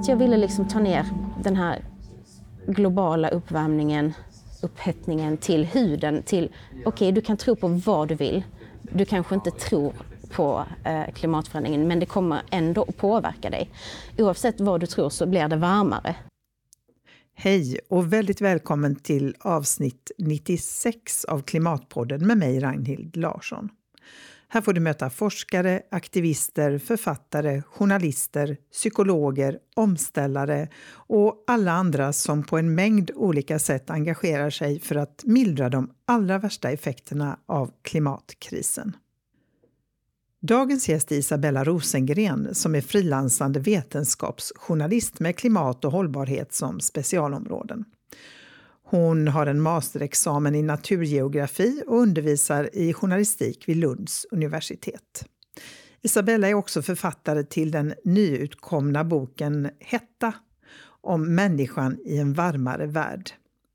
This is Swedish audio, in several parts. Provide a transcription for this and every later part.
att jag ville liksom ta ner den här globala uppvärmningen, upphettningen till huden. Till okej, du kan tro på vad du vill. Du kanske inte tror på klimatförändringen, men det kommer ändå att påverka dig. Oavsett vad du tror så blir det varmare. Hej och väldigt välkommen till avsnitt 96 av Klimatpodden med mig Ragnhild Larsson. Här får du möta forskare, aktivister, författare, journalister, psykologer, omställare och alla andra som på en mängd olika sätt engagerar sig för att mildra de allra värsta effekterna av klimatkrisen. Dagens gäst är Isabella Rosengren som är frilansande vetenskapsjournalist med klimat och hållbarhet som specialområden. Hon har en masterexamen i naturgeografi och undervisar i journalistik vid Lunds universitet. Isabella är också författare till den nyutkomna boken Hetta om människan i en varmare värld.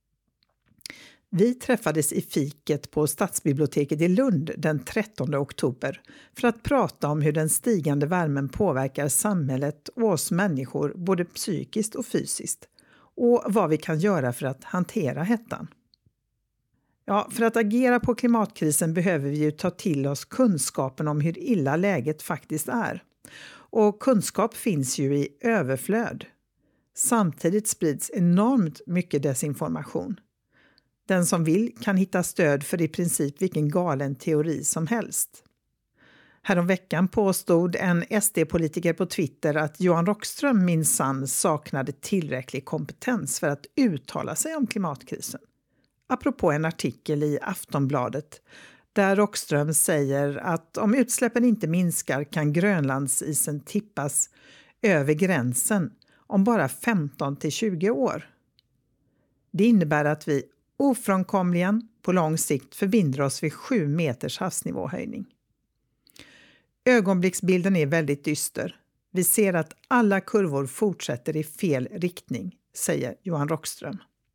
Vi träffades i fiket på Stadsbiblioteket i Lund den 13 oktober för att prata om hur den stigande värmen påverkar samhället och oss människor både psykiskt och fysiskt och vad vi kan göra för att hantera hettan. Ja, för att agera på klimatkrisen behöver vi ju ta till oss kunskapen om hur illa läget faktiskt är. Och kunskap finns ju i överflöd. Samtidigt sprids enormt mycket desinformation. Den som vill kan hitta stöd för i princip vilken galen teori som helst. Häromveckan påstod en SD-politiker på Twitter att Johan Rockström minsann saknade tillräcklig kompetens för att uttala sig om klimatkrisen. Apropå en artikel i Aftonbladet där Rockström säger att om utsläppen inte minskar kan Grönlandsisen tippas över gränsen om bara 15 till 20 år. Det innebär att vi ofrånkomligen på lång sikt förbinder oss vid 7 meters havsnivåhöjning. Ögonblicksbilden är väldigt dyster. Vi ser att alla kurvor fortsätter i fel riktning, säger Johan Rockström.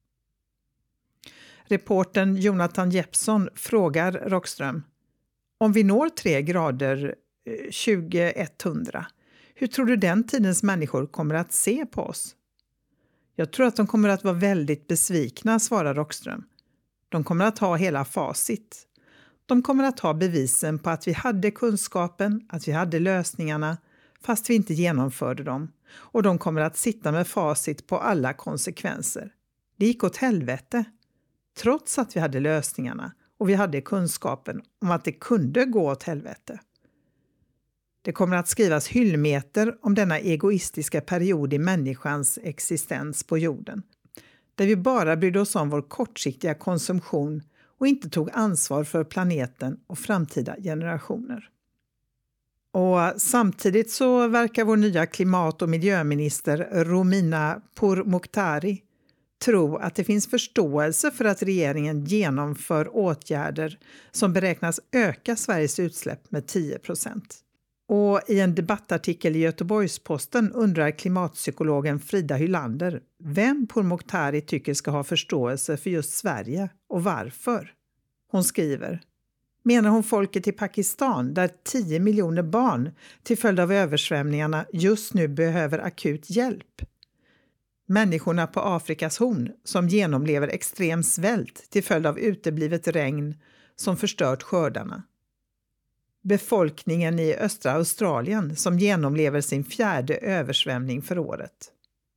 Reportern Jonathan Jeppsson frågar Rockström: om vi når 3 grader 2100, hur tror du den tidens människor kommer att se på oss? Jag tror att de kommer att vara väldigt besvikna, svarar Rockström. De kommer att ha hela facit. De kommer att ha bevisen på att vi hade kunskapen, att vi hade lösningarna, fast vi inte genomförde dem. Och de kommer att sitta med facit på alla konsekvenser. Det gick åt helvete. Trots att vi hade lösningarna och vi hade kunskapen om att det kunde gå åt helvete. Det kommer att skrivas hyllmeter om denna egoistiska period i människans existens på jorden. Där vi bara brydde oss om vår kortsiktiga konsumtion och inte tog ansvar för planeten och framtida generationer. Och samtidigt så verkar vår nya klimat- och miljöminister Romina Pourmokhtari tro att det finns förståelse för att regeringen genomför åtgärder som beräknas öka Sveriges utsläpp med 10%. Och i en debattartikel i Göteborgs-Posten undrar klimatpsykologen Frida Hylander vem Pourmokhtari tycker ska ha förståelse för just Sverige och varför. Hon skriver: menar hon folket i Pakistan där 10 miljoner barn till följd av översvämningarna just nu behöver akut hjälp? Människorna på Afrikas horn som genomlever extrem svält till följd av uteblivet regn som förstört skördarna? Befolkningen i östra Australien som genomlever sin 4:e översvämning för året?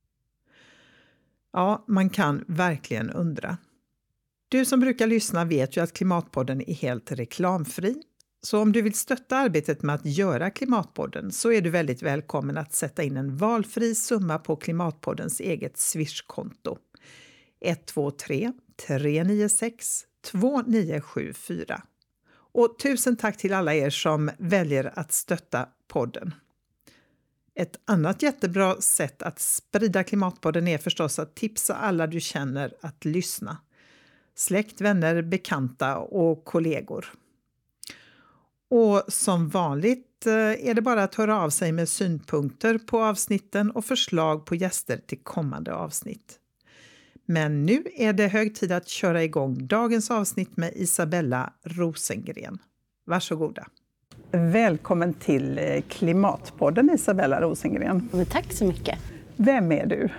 Ja, man kan verkligen undra. Du som brukar lyssna vet ju att Klimatpodden är helt reklamfri. Så om du vill stötta arbetet med att göra Klimatpodden så är du väldigt välkommen att sätta in en valfri summa på Klimatpoddens eget Swish-konto. 123 396 2974. Och tusen tack till alla er som väljer att stötta podden. Ett annat jättebra sätt att sprida Klimatpodden är förstås att tipsa alla du känner att lyssna. Släkt, vänner, bekanta och kollegor. Och som vanligt är det bara att höra av sig med synpunkter på avsnitten och förslag på gäster till kommande avsnitt. Men nu är det hög tid att köra igång dagens avsnitt med Isabella Rosengren. Varsågoda. Välkommen till Klimatpodden, Isabella Rosengren. Tack så mycket. Vem är du?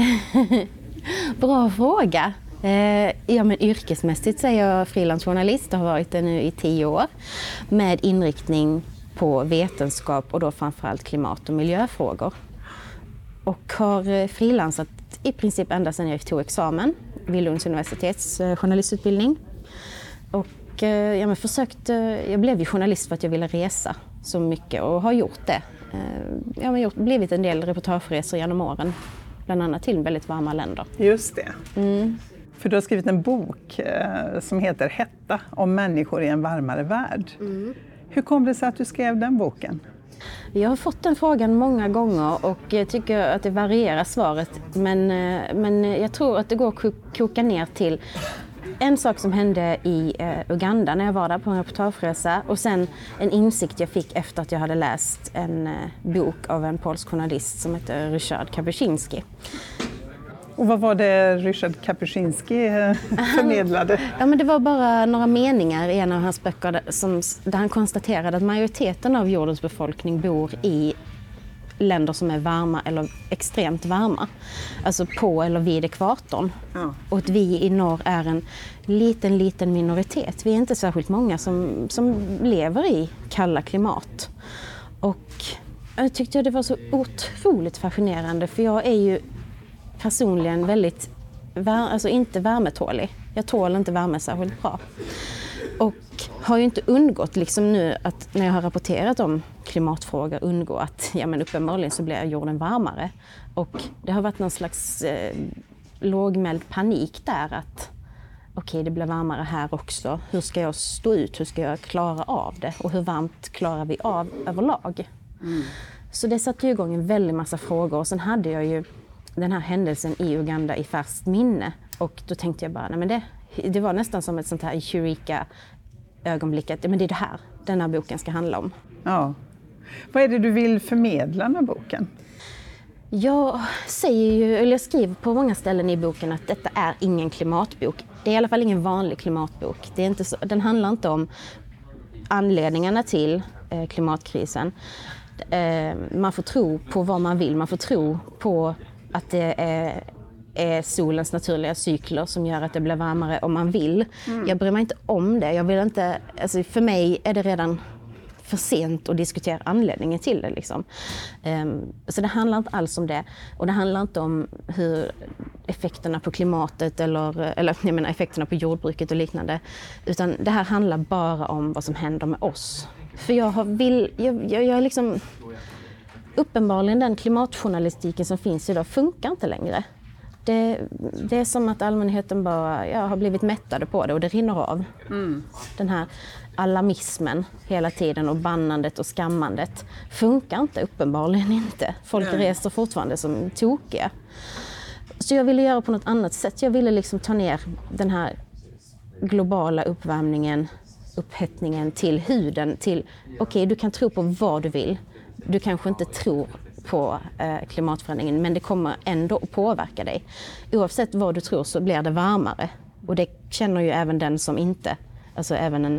Bra fråga. Ja, men yrkesmässigt så är jag frilansjournalist och har varit det nu i 10 år med inriktning på vetenskap och då framförallt klimat- och miljöfrågor. Och har frilansat i princip ända sedan jag tog examen vid Lunds universitets journalistutbildning. Och jag blev ju journalist för att jag ville resa så mycket och har gjort det. Jag har blivit en del reportageresor genom åren, bland annat till väldigt varma länder. Just det. För du har skrivit en bok som heter Hetta, om människor i en varmare värld. Hur kom det sig att du skrev den boken? Jag har fått den frågan många gånger och jag tycker att det varierar svaret. Men jag tror att det går att koka ner till en sak som hände i Uganda när jag var där på en reportageresa och sen en insikt jag fick efter att jag hade läst en bok av en polsk journalist som heter Ryszard Kapuscinski. Och vad var det Ryszard Kapuscinski förmedlade? Ja, men det var bara några meningar i en av hans böcker där han konstaterade att majoriteten av jordens befolkning bor i länder som är varma eller extremt varma. Alltså på eller vid ekvatorn. Ja. Och att vi i norr är en liten minoritet. Vi är inte särskilt många som lever i kalla klimat. Och jag tyckte det var så otroligt fascinerande för jag är ju personligen väldigt, inte värmetålig. Jag tål inte värme särskilt bra. Och har ju inte undgått liksom nu att när jag har rapporterat om klimatfrågor undgå att uppenbarligen så blir jorden varmare. Och det har varit någon slags lågmäld panik där att okej, det blir varmare här också. Hur ska jag stå ut? Hur ska jag klara av det? Och hur varmt klarar vi av överlag? Så det satte ju igång en väldig massa frågor och sen hade jag ju den här händelsen i Uganda i färskt minne. Och då tänkte jag bara, nej men det var nästan som ett sånt här Eureka-ögonblick att men det är det här den här boken ska handla om. Ja. Vad är det du vill förmedla med boken? Jag skriver på många ställen i boken att detta är ingen klimatbok. Det är i alla fall ingen vanlig klimatbok. Det är inte så, den handlar inte om anledningarna till klimatkrisen. Man får tro på vad man vill. Man får tro på att det är solens naturliga cykler som gör att det blir varmare om man vill. Jag bryr mig inte om det. Jag vill inte, alltså för mig är det redan för sent att diskutera anledningen till det. Liksom. Så det handlar inte alls om det. Och det handlar inte om hur effekterna på klimatet eller effekterna på jordbruket och liknande. Utan det här handlar bara om vad som händer med oss. För jag är liksom uppenbarligen den klimatjournalistiken som finns idag funkar inte längre. Det är som att allmänheten bara har blivit mättade på det och det rinner av. Den här alarmismen hela tiden och bannandet och skammandet funkar inte, uppenbarligen inte. Folk reser fortfarande som tokiga. Så jag ville göra på något annat sätt. Jag ville liksom ta ner den här globala uppvärmningen, upphettningen till huden. Okej, du kan tro på vad du vill. Du kanske inte tror på klimatförändringen men det kommer ändå att påverka dig. Oavsett vad du tror så blir det varmare. Och det känner ju även den som inte, alltså även en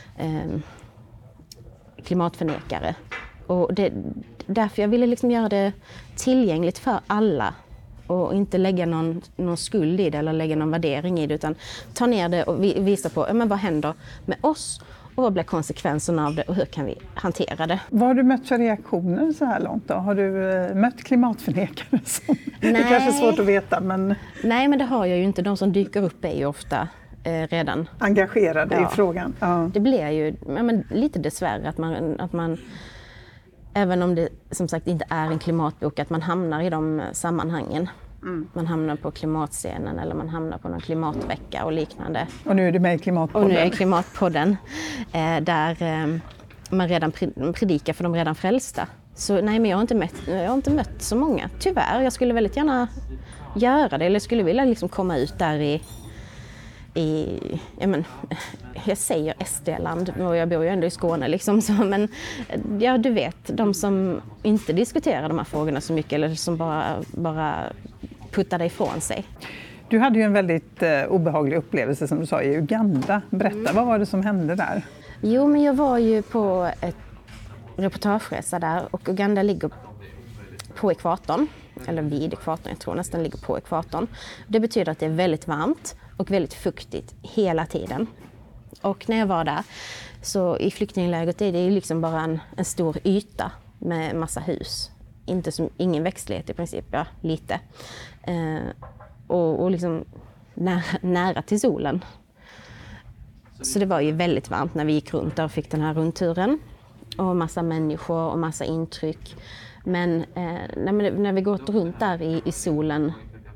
klimatförnekare. Och därför jag ville liksom göra det tillgängligt för alla och inte lägga någon skuld i det eller lägga någon värdering i det utan ta ner det och visa på vad händer med oss och vad blir konsekvenserna av det och hur kan vi hantera det. Vad har du mött för reaktioner så här långt då? Har du mött klimatförnekare? Det är kanske svårt att veta men... Nej, men det har jag ju inte. De som dyker upp är ju ofta redan engagerade i frågan. Ja. Det blir ju lite dessvärre att man även om det som sagt inte är en klimatbok att man hamnar i de sammanhangen. Man hamnar på klimatscenen eller man hamnar på någon klimatvecka och liknande. Och nu är du med i Klimatpodden. Och nu är jag i Klimatpodden där man redan predikar för de redan frälsta. Så nej, men jag har inte mött så många, tyvärr. Jag skulle väldigt gärna göra det eller skulle vilja liksom komma ut där jag säger SD-land och jag bor ju ändå i Skåne liksom, så, men ja, du vet, de som inte diskuterar de här frågorna så mycket eller som bara puttar det ifrån sig. Du hade ju en väldigt obehaglig upplevelse som du sa i Uganda. Berätta, vad var det som hände där? Jo, men jag var ju på ett reportageresa där och Uganda ligger på ekvatorn. eller vid ekvatorn, jag tror nästan ligger på ekvatorn. Det betyder att det är väldigt varmt och väldigt fuktigt hela tiden. Och när jag var där, så i flyktinglägret är det liksom bara en stor yta med massa hus. Ingen växtlighet i princip, ja, lite. Och liksom nära till solen. Så det var ju väldigt varmt när vi gick runt där och fick den här rundturen. Och massa människor och massa intryck. Men när vi gått runt där i solen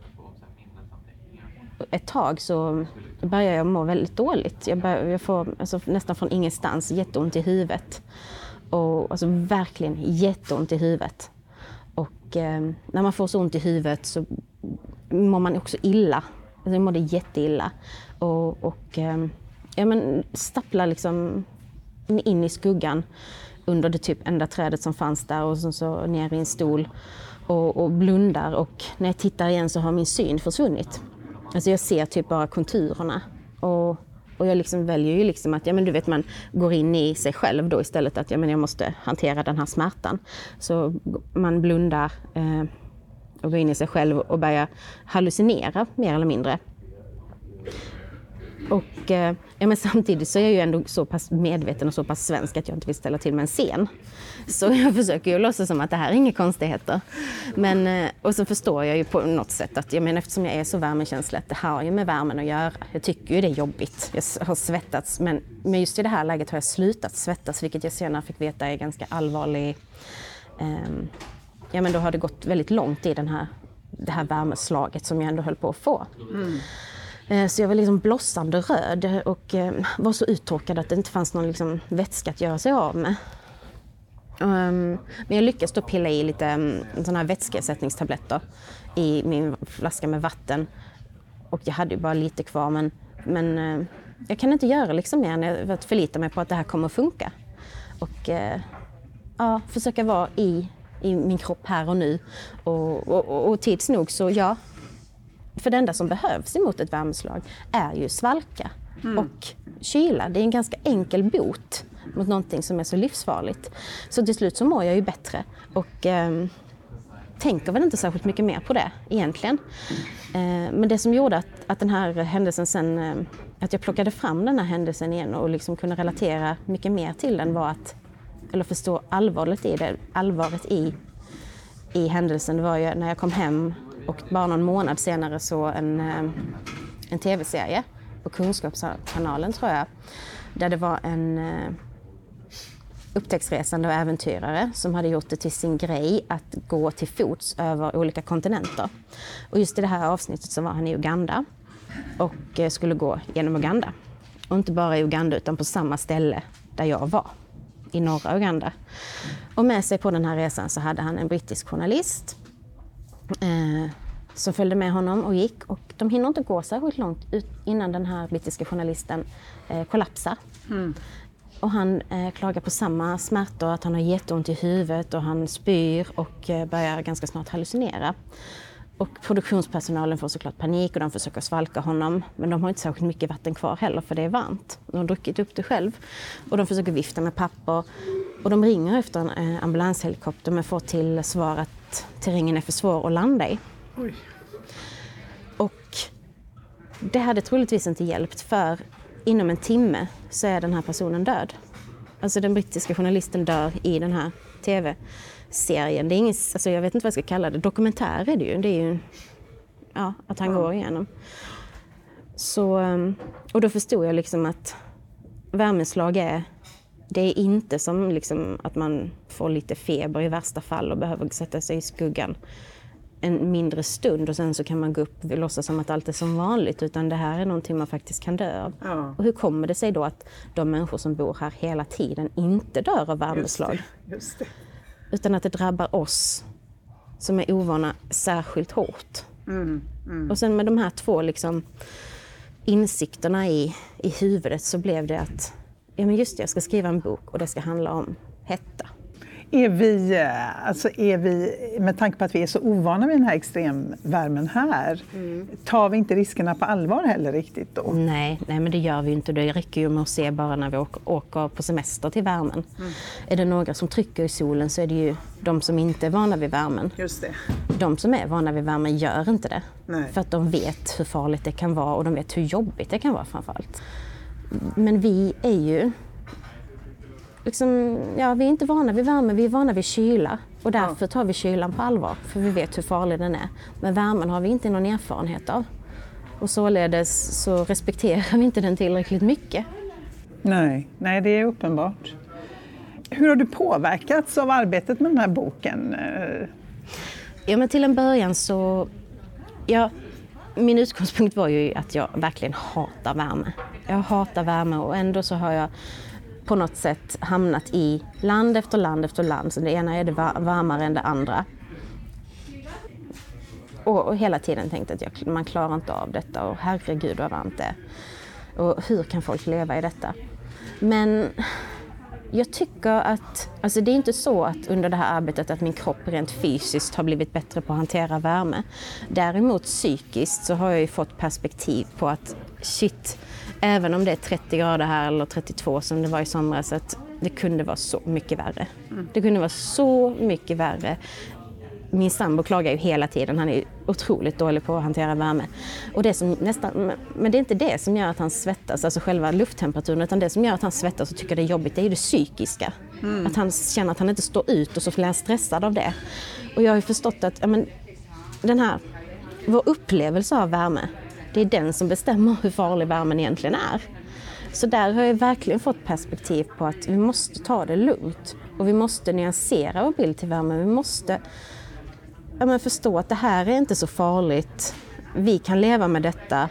ett tag så börjar jag må väldigt dåligt. Jag får nästan från ingenstans jätteont i huvudet. Och alltså verkligen jätteont i huvudet. Och när man får så ont i huvudet så mår man också illa. Alltså jag mådde jätteilla. Och stapplar liksom in i skuggan under det typ enda trädet som fanns där och så ner i en stol och blundar. Och när jag tittar igen så har min syn försvunnit. Alltså jag ser typ bara konturerna. Och jag liksom väljer ju liksom att du vet, man går in i sig själv då istället att jag måste hantera den här smärtan. Så man blundar och går in i sig själv och börjar hallucinera mer eller mindre. Och men samtidigt så är jag ju ändå så pass medveten och så pass svensk att jag inte vill ställa till med en scen. Så jag försöker ju låtsas som att det här är inga konstigheter. Men, och så förstår jag ju på något sätt att eftersom jag är så värmekänslig att det har ju med värmen att göra. Jag tycker ju det är jobbigt. Jag har svettats, men just i det här läget har jag slutat svettas, vilket jag senare fick veta är ganska allvarlig. Men då har det gått väldigt långt i det här värmeslaget som jag ändå höll på att få. Så jag var liksom blossande röd och var så uttorkad att det inte fanns någon liksom vätska att göra sig av med. Men jag lyckades då pilla i lite såna här vätskeersättningstabletter i min flaska med vatten. Och jag hade ju bara lite kvar, men jag kan inte göra liksom mer än att förlita mig på att det här kommer att funka. Och försöka vara i min kropp här och nu. Och tids nog så ja. För det enda som behövs emot ett värmeslag är ju svalka och kyla. Det är en ganska enkel bot mot någonting som är så livsfarligt. Så till slut så mår jag ju bättre och tänker väl inte särskilt mycket mer på det egentligen. Men det som gjorde att den här händelsen sen, att jag plockade fram den här händelsen igen och liksom kunde relatera mycket mer till den var eller förstå allvaret i händelsen. Det var ju när jag kom hem och bara någon månad senare så en tv-serie på Kunskapskanalen tror jag. Där det var en upptäcktsresande och äventyrare som hade gjort det till sin grej att gå till fots över olika kontinenter. Och just i det här avsnittet så var han i Uganda och skulle gå genom Uganda. Och inte bara i Uganda utan på samma ställe där jag var, i norra Uganda. Och med sig på den här resan så hade han en brittisk journalist som följde med honom och gick. Och de hinner inte gå särskilt långt innan den här brittiska journalisten kollapsar. Och han klagar på samma smärtor, att han har jätteont i huvudet och han spyr och börjar ganska snart hallucinera. Och produktionspersonalen får såklart panik och de försöker svalka honom. Men de har inte särskilt mycket vatten kvar heller för det är varmt. De har druckit upp det själv. Och de försöker vifta med papper. Och de ringer efter en ambulanshelikopter men får till svar att terrängen är för svår att landa i. Oj. Och det hade troligtvis inte hjälpt för inom en timme så är den här personen död. Alltså den brittiska journalisten dör i den här tv-serien. Det är inget, alltså jag vet inte vad jag ska kalla det. Dokumentär är det ju. Det är ju att han går igenom. Så, och då förstod jag liksom att värmeslag det är inte som liksom att man får lite feber i värsta fall och behöver sätta sig i skuggan en mindre stund och sen så kan man gå upp och låtsas som att allt är som vanligt, utan det här är någonting man faktiskt kan dö av. Ja. Och hur kommer det sig då att de människor som bor här hela tiden inte dör av värmeslag? Just det. Utan att det drabbar oss som är ovana särskilt hårt. Och sen med de här två liksom insikterna i huvudet så blev det att jag ska skriva en bok och det ska handla om hetta. Är vi, med tanke på att vi är så ovana vid den här extremvärmen här, tar vi inte riskerna på allvar heller riktigt då? Nej, men det gör vi inte. Det räcker ju med att se bara när vi åker på semester till värmen. Är det några som trycker i solen så är det ju de som inte är vana vid värmen. Just det. De som är vana vid värmen gör inte det. Nej. För att de vet hur farligt det kan vara och de vet hur jobbigt det kan vara framförallt. Men vi är ju liksom, vi är inte vana vid värme, vi är vana vid kyla. Och därför tar vi kylan på allvar, för vi vet hur farlig den är. Men värmen har vi inte någon erfarenhet av. Och således så respekterar vi inte den tillräckligt mycket. Nej, det är uppenbart. Hur har du påverkats av arbetet med den här boken? Ja, men till en början så... min utgångspunkt var ju att jag verkligen hatar värme. Jag hatar värme och ändå så har jag på något sätt hamnat i land efter land efter land. Så det ena är det varmare än det andra. Och hela tiden tänkte att man klarar inte av detta och herregud vad varmt det är. Och hur kan folk leva i detta? Men jag tycker att, alltså det är inte så att under det här arbetet att min kropp rent fysiskt har blivit bättre på att hantera värme. Däremot psykiskt så har jag ju fått perspektiv på att shit, även om det är 30 grader här eller 32 som det var i somras, att det kunde vara så mycket värre. Det kunde vara så mycket värre. Min sambo klagar ju hela tiden, han är otroligt dålig på att hantera värme. Och men det är inte det som gör att han svettas, alltså själva lufttemperaturen, utan det som gör att han svettas och tycker det är jobbigt, det är ju det psykiska. Att han känner att han inte står ut och så blir han stressad av det. Och jag har ju förstått att vår upplevelse av värme, det är den som bestämmer hur farlig värmen egentligen är. Så där har jag verkligen fått perspektiv på att vi måste ta det lugnt. Och vi måste nyansera vår bild till värme. Vi måste förstå att det här är inte så farligt. Vi kan leva med detta.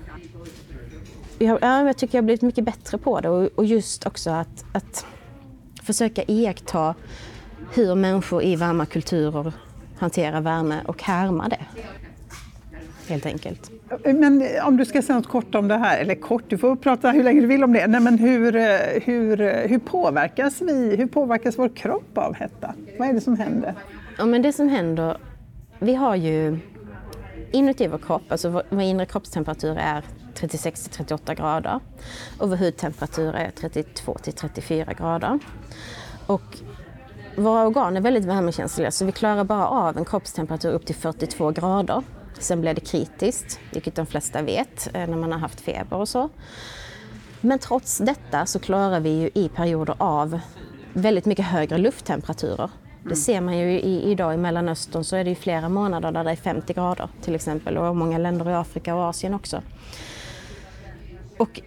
Jag tycker jag har blivit mycket bättre på det. Och just också att försöka iaktta hur människor i varma kulturer hanterar värme och härma det. Helt enkelt. Men om du ska säga något kort om det här, eller kort, du får prata hur länge du vill om det. Nej, men hur påverkas vår kropp av hetta? Vad är det som händer? Ja, men det som händer, vi har ju inuti vår kropp, alltså vår inre kroppstemperatur är 36-38 grader och vår hudtemperatur är 32-34 grader. Och våra organ är väldigt värmekänsliga, så vi klarar bara av en kroppstemperatur upp till 42 grader. Sen blir det kritiskt, vilket de flesta vet när man har haft feber och så. Men trots detta så klarar vi ju i perioder av väldigt mycket högre lufttemperaturer. Det ser man ju idag i Mellanöstern, så är det ju flera månader där det är 50 grader till exempel, och många länder i Afrika och Asien också. Och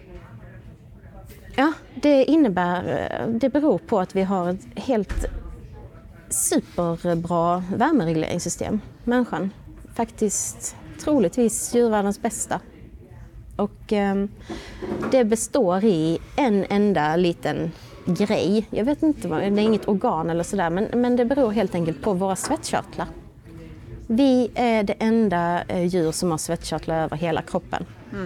det beror på att vi har ett helt superbra värmeregleringssystem, människan. Faktiskt troligtvis djurvärldens bästa. Och det består i en enda liten grej. Jag vet inte, det är inget organ eller sådär, men det beror helt enkelt på våra svettkörtlar. Vi är det enda djur som har svettkörtlar över hela kroppen.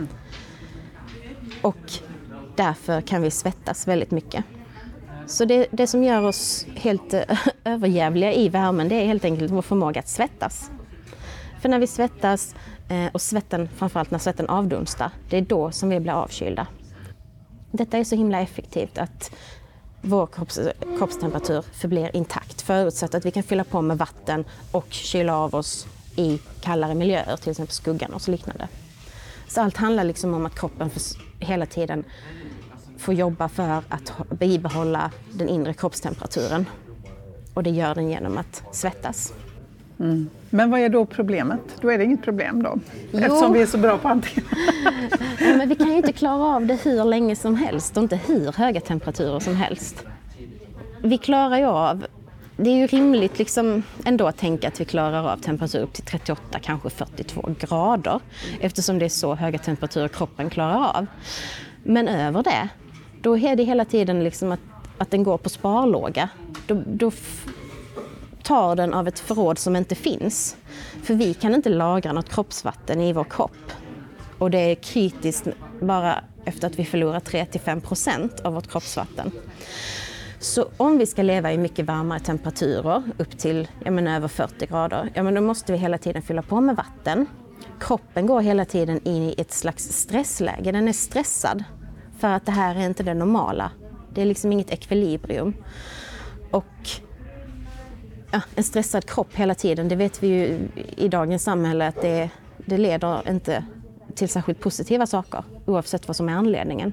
Och därför kan vi svettas väldigt mycket. Så det som gör oss helt överjävliga i värmen, det är helt enkelt vår förmåga att svettas. För när vi svettas, och framförallt när svetten avdunstar, det är då som vi blir avkylda. Detta är så himla effektivt att vår kroppstemperatur förblir intakt, förutsatt att vi kan fylla på med vatten och kyla av oss i kallare miljöer, till exempel skuggan och så liknande. Så allt handlar liksom om att kroppen hela tiden får jobba för att bibehålla den inre kroppstemperaturen. Och det gör den genom att svettas. Men vad är då problemet? Då är det inget problem då? Eftersom vi är så bra på att hantera. Ja, men vi kan ju inte klara av det hur länge som helst och inte hur höga temperaturer som helst. Vi klarar ju av, det är ju rimligt liksom ändå att tänka att vi klarar av temperatur upp till 38, kanske 42 grader. Eftersom det är så höga temperaturer kroppen klarar av. Men över det, då är det hela tiden liksom att den går på sparlåga. Då tar den av ett förråd som inte finns. För vi kan inte lagra något kroppsvatten i vår kropp. Och det är kritiskt bara efter att vi förlorar 3-5% av vårt kroppsvatten. Så om vi ska leva i mycket varmare temperaturer, upp till över 40 grader, då måste vi hela tiden fylla på med vatten. Kroppen går hela tiden in i ett slags stressläge. Den är stressad för att det här är inte det normala. Det är liksom inget ekvilibrium. Och en stressad kropp hela tiden, det vet vi ju i dagens samhälle att det leder inte till särskilt positiva saker, oavsett vad som är anledningen.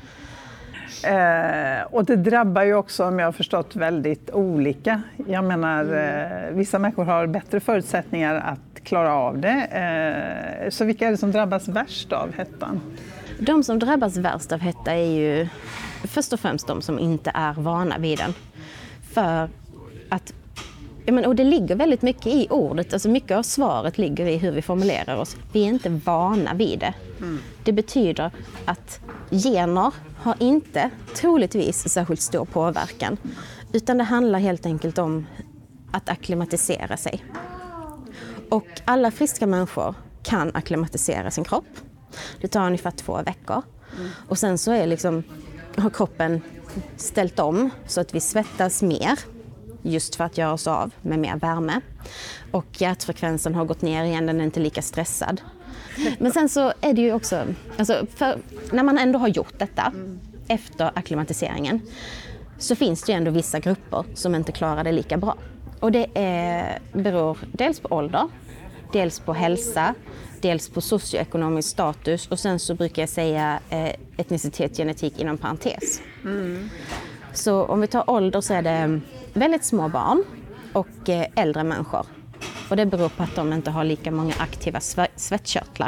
Och det drabbar ju också, om jag har förstått, väldigt olika. Jag menar, vissa människor har bättre förutsättningar att klara av det. Så vilka är det som drabbas värst av hettan? De som drabbas värst av hetta är ju först och främst de som inte är vana vid den. För att, och det ligger väldigt mycket i ordet, alltså mycket av svaret ligger i hur vi formulerar oss. Vi är inte vana vid det. Det betyder att gener har inte troligtvis särskilt stor påverkan, utan det handlar helt enkelt om att akklimatisera sig. Och alla friska människor kan akklimatisera sin kropp. Det tar ungefär 2 veckor. Och sen så har kroppen ställt om så att vi svettas mer, just för att göra oss av med mer värme. Och hjärtfrekvensen har gått ner igen, den är inte lika stressad. Men sen så är det ju också, när man ändå har gjort detta efter akklimatiseringen, så finns det ju ändå vissa grupper som inte klarar det lika bra. Och det beror dels på ålder, dels på hälsa, dels på socioekonomisk status, och sen så brukar jag säga etnicitet, genetik inom parentes. Så om vi tar ålder så är det väldigt små barn och äldre människor. Och det beror på att de inte har lika många aktiva svettkörtlar.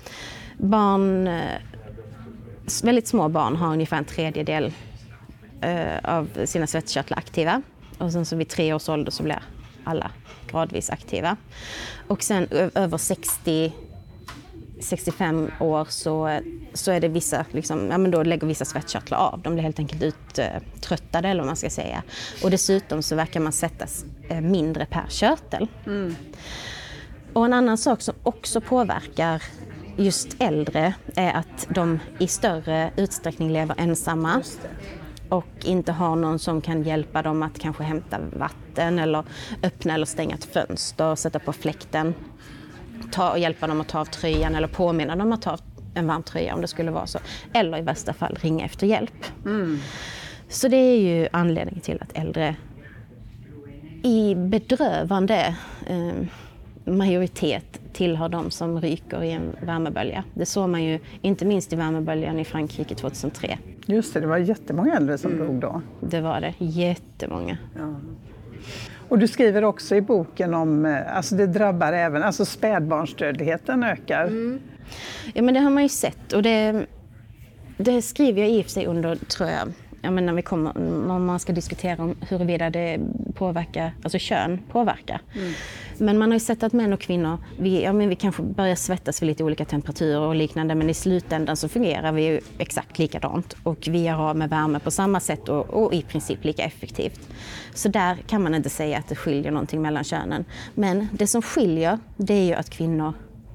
Väldigt små barn har ungefär 1/3 av sina svettkörtlar aktiva. Och sen så vid 3 års ålder så blir alla gradvis aktiva. Och sen över 65 år så är det vissa, då lägger vissa svettkörtlar av. De blir helt enkelt uttröttade, eller vad man ska säga. Och dessutom så verkar man sättas mindre per körtel. Och en annan sak som också påverkar just äldre är att de i större utsträckning lever ensamma. Och inte har någon som kan hjälpa dem att kanske hämta vatten eller öppna eller stänga ett fönster och sätta på fläkten. Och hjälpa dem att ta av tröjan eller påminna dem att ta av en varm tröja om det skulle vara så. Eller i värsta fall ringa efter hjälp. Så det är ju anledningen till att äldre i bedrövande majoritet tillhör de som ryker i en värmebölja. Det såg man ju inte minst i värmeböljan i Frankrike 2003. Just det var jättemånga äldre som dog då. Det var det, jättemånga. Ja. Och du skriver också i boken om, det drabbar även, spädbarnsdödligheten ökar. Ja, men det har man ju sett, och det skriver jag i och för sig under, tror jag, när man ska diskutera om huruvida det påverkar, alltså kön påverkar. Men man har ju sett att män och kvinnor, vi kanske börjar svettas vid lite olika temperaturer och liknande, men i slutändan så fungerar vi ju exakt likadant, och vi gör av med värme på samma sätt och i princip lika effektivt. Så där kan man inte säga att det skiljer någonting mellan könen. Men det som skiljer, det är ju att kvinnor,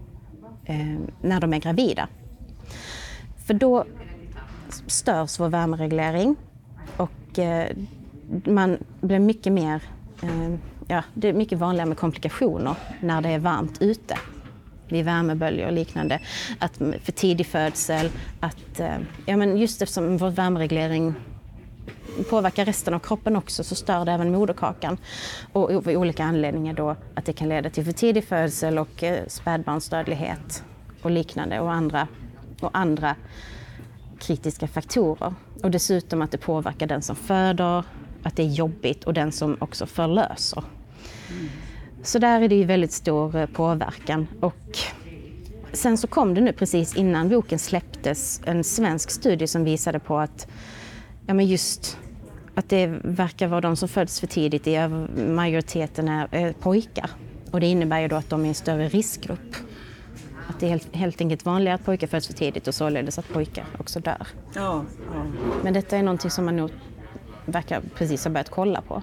när de är gravida, för då störs vår värmereglering, och man blir mycket mer, det är mycket vanligare med komplikationer när det är varmt ute, vid värmeböljor och liknande, att för tidig födsel, att just eftersom vår värmereglering påverkar resten av kroppen också, så stör det även moderkakan, och av olika anledningar då att det kan leda till för tidig födsel och spädbarnsdödlighet och liknande, och andra kritiska faktorer. Och dessutom att det påverkar den som föder, att det är jobbigt, och den som också förlöser. Så där är det ju väldigt stor påverkan. Och sen så kom det nu precis innan boken släpptes en svensk studie som visade på att just att det verkar vara de som föds för tidigt, majoriteten är pojkar. Och det innebär ju då att de är en större riskgrupp. Att det är helt enkelt vanligare att pojkar föds för tidigt, och således att pojkar också dör. Ja. Men detta är någonting som man nog verkar precis ha börjat kolla på.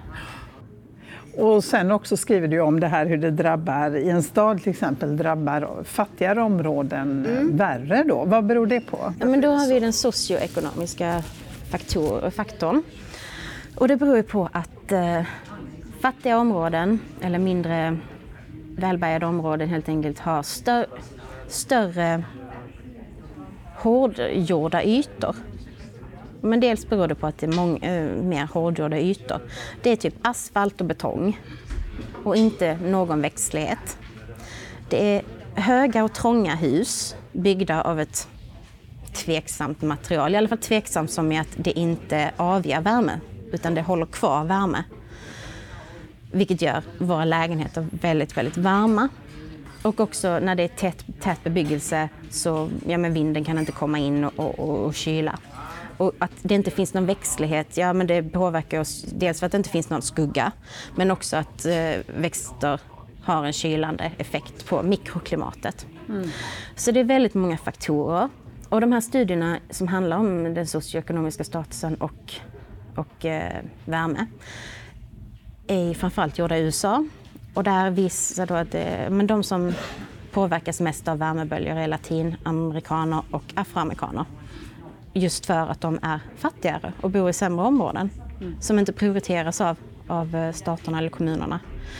Och sen också skriver du om det här hur det drabbar, i en stad till exempel, drabbar fattigare områden värre då. Vad beror det på? Ja, men då har vi den socioekonomiska faktorn. Och det beror på att fattiga områden eller mindre välbärgade områden helt enkelt har större hårdgjorda ytor. Men dels beror det på att det är mer hårdgjorda ytor. Det är typ asfalt och betong och inte någon växtlighet. Det är höga och trånga hus byggda av ett tveksamt material. I alla fall tveksamt som är att det inte avger värme utan det håller kvar värme. Vilket gör våra lägenheter väldigt, väldigt varma. Och också när det är tät bebyggelse så men vinden kan inte komma in och kyla. Och att det inte finns någon växtlighet, men det påverkar oss dels för att det inte finns någon skugga. Men också att växter har en kylande effekt på mikroklimatet. Så det är väldigt många faktorer. Och de här studierna som handlar om den socioekonomiska statusen och värme är framförallt gjorda i USA. Och där visar då att de som påverkas mest av värmeböljor är latinamerikaner och afroamerikaner. Just för att de är fattigare och bor i sämre områden som inte prioriteras av staterna eller kommunerna.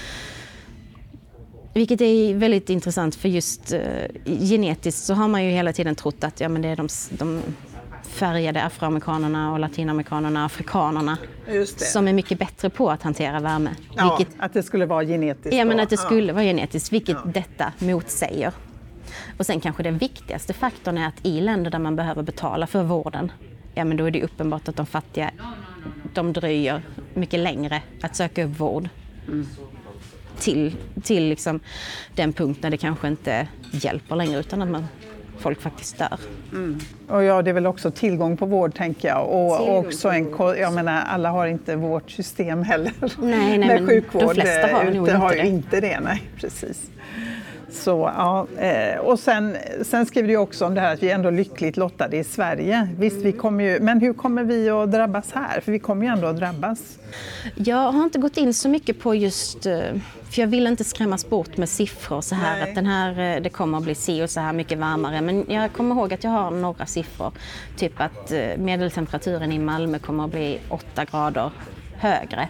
Vilket är väldigt intressant för just genetiskt så har man ju hela tiden trott att det är de färgade afroamerikanerna och latinamerikanerna, afrikanerna som är mycket bättre på att hantera värme. Ja, att det skulle vara genetiskt. Ja, men att det skulle vara genetiskt, vilket detta motsäger. Och sen kanske den viktigaste faktorn är att i länder där man behöver betala för vården, men då är det uppenbart att de fattiga, de dröjer mycket längre att söka upp vård. Till liksom den punkt där det kanske inte hjälper längre utan att folk faktiskt dör. Och det är väl också tillgång på vård tänker jag. Och också alla har inte vårt system heller. Nej, med men sjukvård. De flesta har nog inte har det. Inte det, nej precis. Så, och sen skriver du också om det här att vi är ändå lyckligt lottade i Sverige. Visst, men hur kommer vi att drabbas här? För vi kommer ju ändå att drabbas. Jag har inte gått in så mycket på just, för jag vill inte skrämmas bort med siffror så här. Att det kommer att bli si och så här mycket varmare. Men jag kommer ihåg att jag har några siffror. Typ att medeltemperaturen i Malmö kommer att bli 8 grader högre.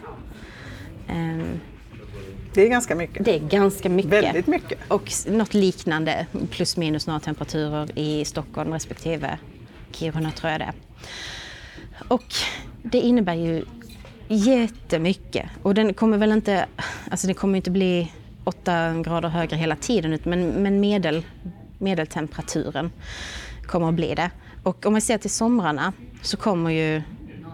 Det är ganska mycket. Det är ganska mycket. Väldigt mycket. Och något liknande, plus minus några temperaturer i Stockholm respektive Kiruna tror jag det. Och det innebär ju jättemycket. Och den kommer väl inte, det kommer inte bli 8 grader högre hela tiden, men medeltemperaturen kommer att bli det. Och om man ser till somrarna så kommer ju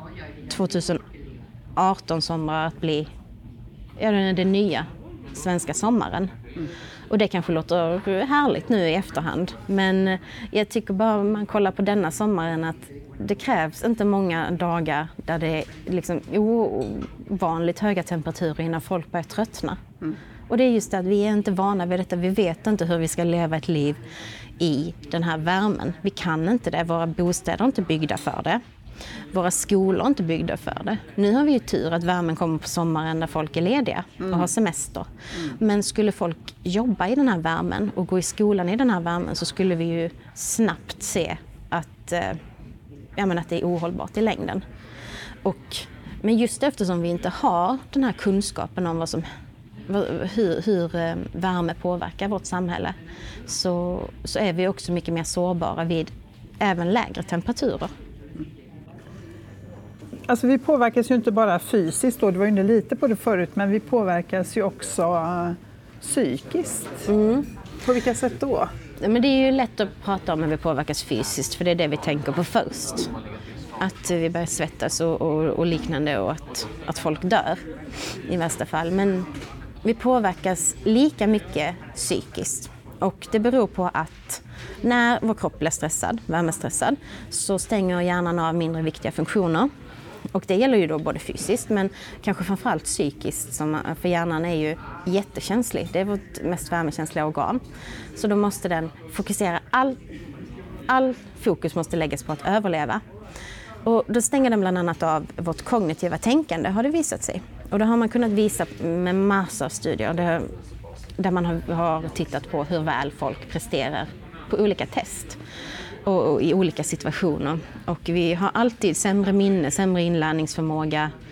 2018 somrar att bli den nya svenska sommaren. Och det kanske låter härligt nu i efterhand. Men jag tycker bara om man kollar på denna sommaren att det krävs inte många dagar där det är liksom ovanligt höga temperaturer innan folk börjar tröttna. Och det är just det att vi är inte vana vid detta. Vi vet inte hur vi ska leva ett liv i den här värmen. Vi kan inte det. Våra bostäder är inte byggda för det. Våra skolor är inte byggda för det. Nu har vi ju tur att värmen kommer på sommaren där folk är lediga och har semester. Men skulle folk jobba i den här värmen och gå i skolan i den här värmen så skulle vi ju snabbt se att det är ohållbart i längden. Men just eftersom vi inte har den här kunskapen om hur värme påverkar vårt samhälle så är vi också mycket mer sårbara vid även lägre temperaturer. Alltså vi påverkas ju inte bara fysiskt, du var inne lite på det förut, men vi påverkas ju också psykiskt. På vilka sätt då? Men det är ju lätt att prata om hur vi påverkas fysiskt, för det är det vi tänker på först. Att vi börjar svettas och liknande och att folk dör i värsta fall. Men vi påverkas lika mycket psykiskt. Och det beror på att när vår kropp blir stressad, värmestressad, så stänger hjärnan av mindre viktiga funktioner. Och det gäller ju då både fysiskt men kanske framförallt psykiskt, för hjärnan är ju jättekänslig. Det är vårt mest värmekänsliga organ. Så då måste den fokusera, all fokus måste läggas på att överleva. Och då stänger den bland annat av vårt kognitiva tänkande, har det visat sig. Och det har man kunnat visa med massor av studier där man har tittat på hur väl folk presterar på olika test och i olika situationer. Och vi har alltid sämre minne, sämre inlärningsförmåga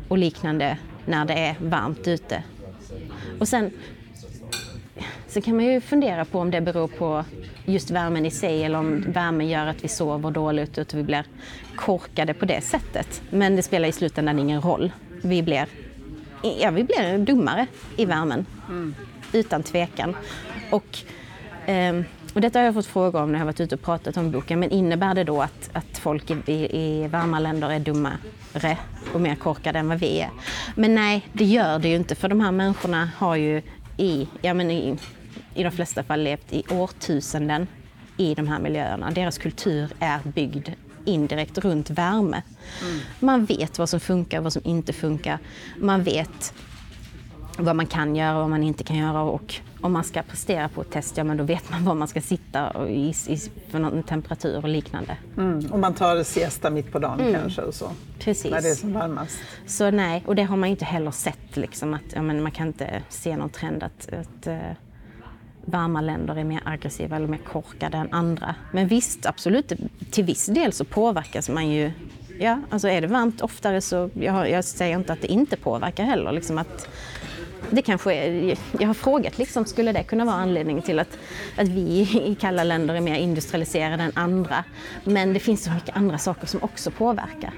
och liknande när det är varmt ute. Och sen kan man ju fundera på om det beror på just värmen i sig eller om värmen gör att vi sover dåligt och att vi blir korkade på det sättet. Men det spelar i slutändan ingen roll. Vi blir dummare i värmen, utan tvekan. Och detta har jag fått fråga om när jag har varit ute och pratat om boken. Men innebär det då att folk i varma länder är dummare och mer korkade än vad vi är? Men nej, det gör det ju inte. För de här människorna har ju i de flesta fall levt i årtusenden i de här miljöerna. Deras kultur är byggd indirekt runt värme. Man vet vad som funkar och vad som inte funkar. Man vet vad man kan göra och vad man inte kan göra. Och om man ska prestera på ett test, men då vet man var man ska sitta och för någon temperatur och liknande. Och man tar siesta mitt på dagen kanske och så. Precis. När det är som varmast. Så nej, och det har man inte heller sett liksom, att man kan inte se någon trend att varma länder är mer aggressiva eller mer korkade än andra. Men visst, absolut, till viss del så påverkas man ju. Ja, alltså är det varmt oftare så jag säger inte att det inte påverkar heller. Liksom att det kanske är, jag har frågat, liksom, skulle det kunna vara anledning till att vi i kalla länder är mer industrialiserade än andra. Men det finns så mycket andra saker som också påverkar.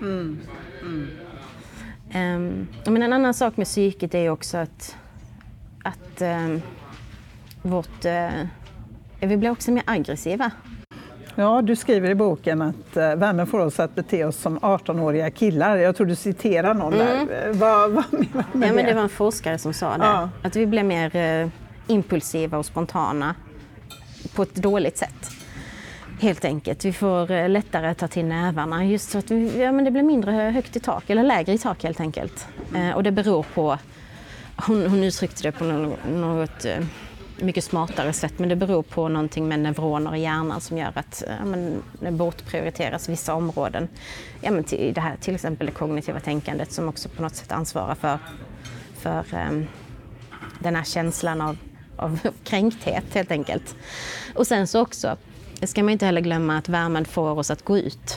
Men en annan sak med psyket är också att vi blir också mer aggressiva. Ja, du skriver i boken att värmen får oss att bete oss som 18-åriga killar. Jag tror du citerar någon där. Vad menar du med det? Men det var en forskare som sa det. Ja. Att vi blir mer impulsiva och spontana på ett dåligt sätt. Helt enkelt. Vi får lättare att ta till nävarna. Just så att det blir mindre högt i tak, eller lägre i tak helt enkelt. Och det beror på, hon uttryckte det på något mycket smartare sätt, men det beror på någonting med neuroner i hjärnan som gör att det bortprioriteras vissa områden. Det här, till exempel det kognitiva tänkandet som också på något sätt ansvarar för den här känslan av kränkthet helt enkelt. Och sen så också ska man inte heller glömma att värmen får oss att gå ut.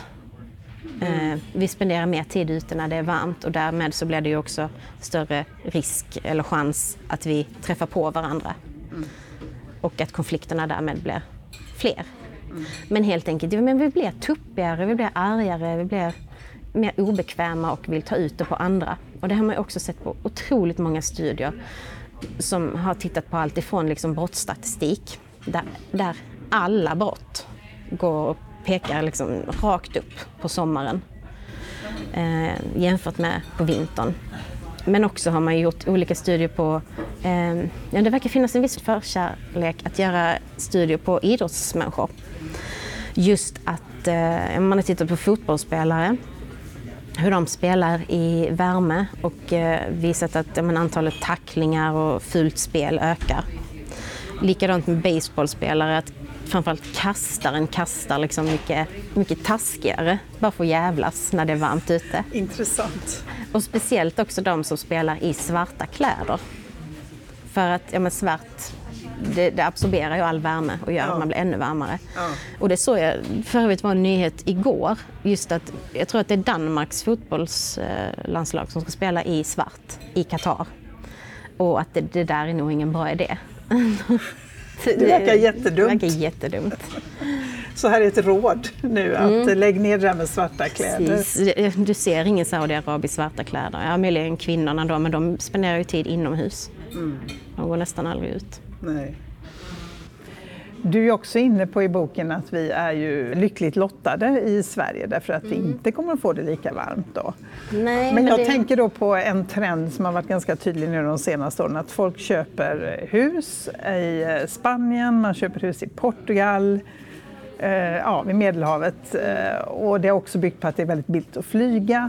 Vi spenderar mer tid ute när det är varmt och därmed så blir det ju också större risk eller chans att vi träffar på varandra. Och att konflikterna därmed blir fler. Men helt enkelt, vi blir tuppigare, vi blir argare, vi blir mer obekväma och vill ta ut det på andra. Och det har man ju också sett på otroligt många studier som har tittat på allt ifrån liksom brottsstatistik, där alla brott går och pekar liksom rakt upp på sommaren jämfört med på vintern. Men också har man gjort olika studier på, det verkar finnas en viss förkärlek att göra studier på idrottsmänniskor. Just att man har tittat på fotbollsspelare, hur de spelar i värme och visat att antalet tacklingar och fult spel ökar. Likadant med baseballspelare, att framförallt kastaren kastar liksom mycket taskigare, bara för att jävlas när det är varmt ute. Intressant. Och speciellt också de som spelar i svarta kläder. För att svart, det absorberar ju all värme och gör att man blir ännu varmare. Och det såg jag, för övrigt var en nyhet igår, just att jag tror att det är Danmarks fotbollslandslag som ska spela i svart i Qatar. Och att det där är nog ingen bra idé. Det verkar jättedumt. Det verkar jättedumt. Så här är ett råd nu, att lägg ner det här med svarta kläder. Precis. Du ser ingen Saudiarab i svarta kläder. Ja, möjligen kvinnorna då, men de spenderar ju tid inomhus. De går nästan aldrig ut. Nej. Du är också inne på i boken att vi är ju lyckligt lottade i Sverige därför att vi inte kommer att få det lika varmt då. Nej, men jag tänker då på en trend som har varit ganska tydlig nu de senaste åren, att folk köper hus i Spanien, man köper hus i Portugal, vid Medelhavet, och det är också byggt på att det är väldigt billigt att flyga.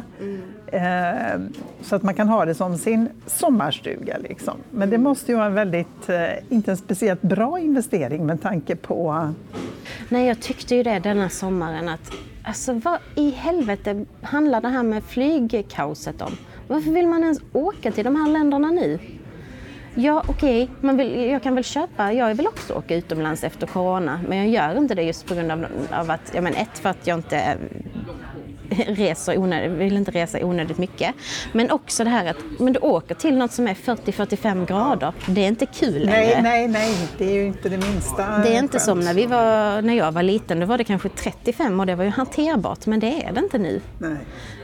Så att man kan ha det som sin sommarstuga liksom. Men det måste ju vara en väldigt, inte en speciellt bra investering med tanke på... Nej, jag tyckte ju det denna sommaren att vad i helvete handlar det här med flygkaoset om? Varför vill man ens åka till de här länderna nu? Ja, okej, jag kan väl köpa, jag vill också åka utomlands efter corona, men jag gör inte det just på grund av att, för att jag inte vill inte resa onödigt mycket. Men också det här att du åker till något som är 40-45 grader. Det är inte kul längre. Nej, det är ju inte det minsta. Det är inte som när jag var liten, då var det kanske 35 och det var ju hanterbart, men det är det inte nu. Nej.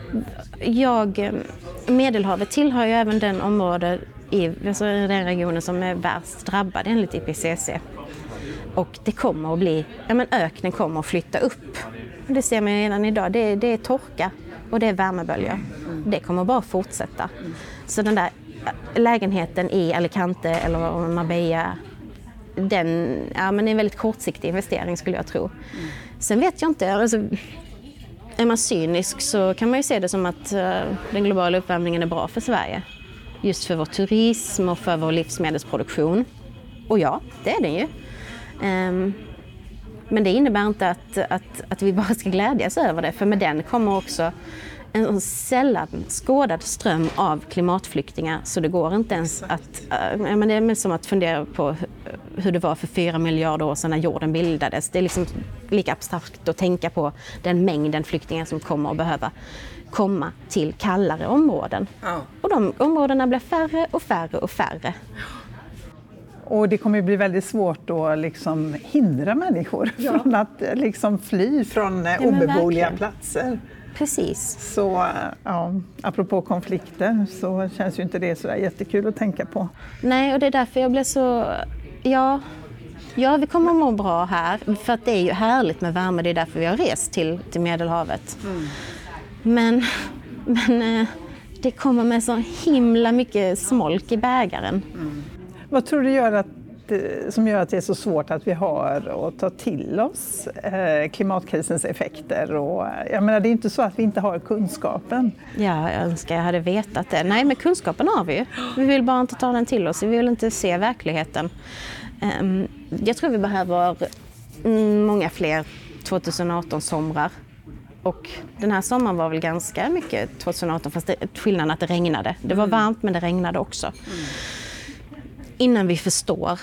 Medelhavet tillhör ju även den område den regionen som är värst drabbad enligt IPCC. Och det kommer att bli, öknen kommer att flytta upp. Det ser man redan idag, det är torka och det är värmeböljor. Det kommer bara fortsätta. Så den där lägenheten i Alicante eller Marbella, den är en väldigt kortsiktig investering skulle jag tro. Sen vet jag inte, alltså, är man cynisk så kan man ju se det som att den globala uppvärmningen är bra för Sverige. Just för vår turism och för vår livsmedelsproduktion. Och ja, det är den ju. Men det innebär inte att vi bara ska glädjas över det. För med den kommer också en sällan skådad ström av klimatflyktingar. Så det går inte ens att... det är som att fundera på hur det var för 4 miljarder år sedan när jorden bildades. Det är liksom lika abstrakt att tänka på den mängden flyktingar som kommer att behöva komma till kallare områden. Ja. Och de områdena blir färre och färre och färre. Och det kommer bli väldigt svårt att liksom hindra människor från att liksom fly från obeboeliga platser. Precis. Så apropå konflikter så känns ju inte det så jättekul att tänka på. Nej, och det är därför jag blev så... Ja, vi kommer att må bra här. För att det är ju härligt med värme, det är därför vi har rest till Medelhavet. Men det kommer med så himla mycket smolk i bägaren. Vad tror du som gör att det är så svårt att vi har att ta till oss klimatkrisens effekter? Och, det är inte så att vi inte har kunskapen. Ja, jag önskar jag hade vetat det. Nej, men kunskapen har vi ju. Vi vill bara inte ta den till oss. Vi vill inte se verkligheten. Jag tror vi behöver många fler 2018-somrar. Och den här sommaren var väl ganska mycket 2018, fast skillnaden att det regnade. Det var varmt, men det regnade också. Innan vi förstår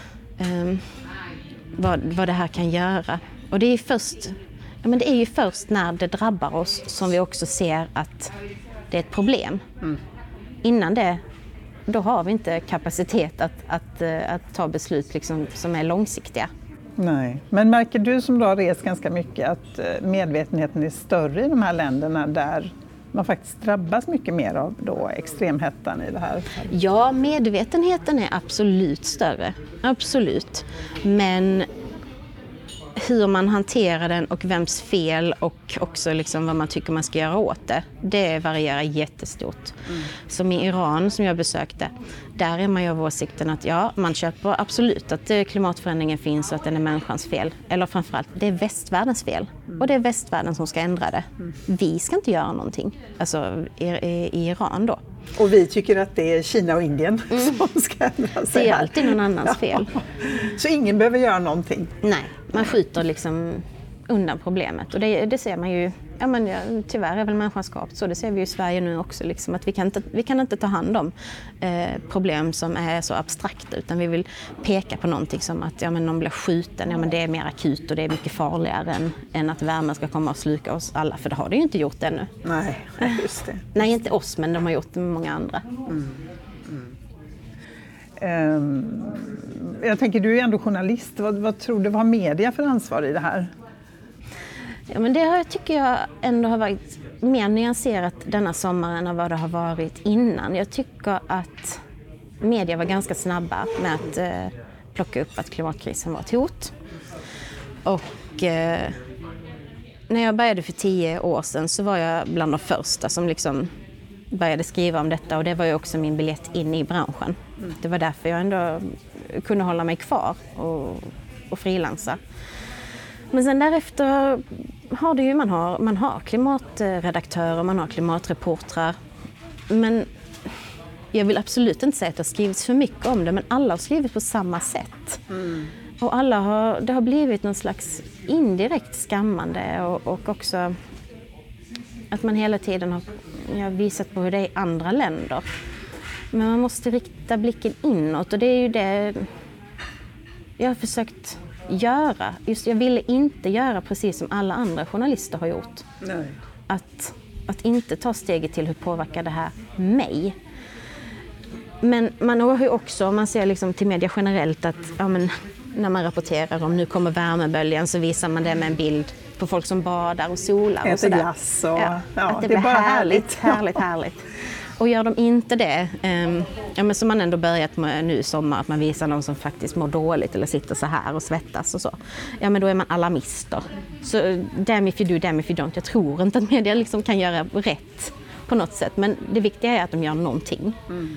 vad det här kan göra. Och det är ju först när det drabbar oss som vi också ser att det är ett problem. Innan det, då har vi inte kapacitet att ta beslut liksom, som är långsiktiga. Nej, men märker du som då har rest ganska mycket att medvetenheten är större i de här länderna där man faktiskt drabbas mycket mer av då extremhettan i det här? Ja, medvetenheten är absolut större. Absolut. Men hur man hanterar den och vems fel och också liksom vad man tycker man ska göra åt det varierar jättestort. Som i Iran som jag besökte, där är man ju av åsikten att man köper absolut att klimatförändringen finns och att den är människans fel. Eller framförallt, det är västvärldens fel. Och det är västvärlden som ska ändra det. Vi ska inte göra någonting. Alltså i Iran då. Och vi tycker att det är Kina och Indien som ska ändra sig. Det är alltid någon annans fel. Så ingen behöver göra någonting? Nej, man skjuter liksom undan problemet. Och det ser man ju, tyvärr är väl människan skapt så. Det ser vi ju i Sverige nu också, liksom, att vi kan inte ta hand om problem som är så abstrakta, utan vi vill peka på någonting som att någon blir skjuten, det är mer akut och det är mycket farligare än att värmen ska komma och sluka oss alla, för det har det ju inte gjort ännu. Nej, just det. Nej, inte oss, men de har gjort det med många andra. Jag tänker, du är ändå journalist. Vad tror du, vad har media för ansvar i det här? Ja, men det tycker jag ändå har varit mer nyanserat denna sommaren än vad det har varit innan. Jag tycker att media var ganska snabba med att plocka upp att klimatkrisen var ett hot. Och när jag började för 10 år sedan så var jag bland de första som liksom började skriva om detta, och det var ju också min biljett in i branschen. Det var därför jag ändå kunde hålla mig kvar och frilansa. Men sen därefter har det ju, man har klimatredaktörer, man har klimatreportrar. Men jag vill absolut inte säga att det har skrivits för mycket om det, men alla har skrivit på samma sätt. Och det har blivit någon slags indirekt skammande och också att man hela tiden har visat på hur det är i andra länder. Men man måste rikta blicken inåt, och det är ju det jag har försökt göra. Jag ville inte göra precis som alla andra journalister har gjort. Nej. att inte ta steget till hur påverkar det här mig. Men man har ju också, man ser liksom till media generellt att när man rapporterar om nu kommer värmeböljan så visar man det med en bild på folk som badar och solar och sådär. Glass och, att det blir bara härligt. Och gör de inte det, men som man ändå börjat med nu i sommar, att man visar någon som faktiskt mår dåligt eller sitter så här och svettas och så. Ja, men då är man alarmister. Så damn if you do, damn if you don't. Jag tror inte att media liksom kan göra rätt på något sätt. Men det viktiga är att de gör någonting.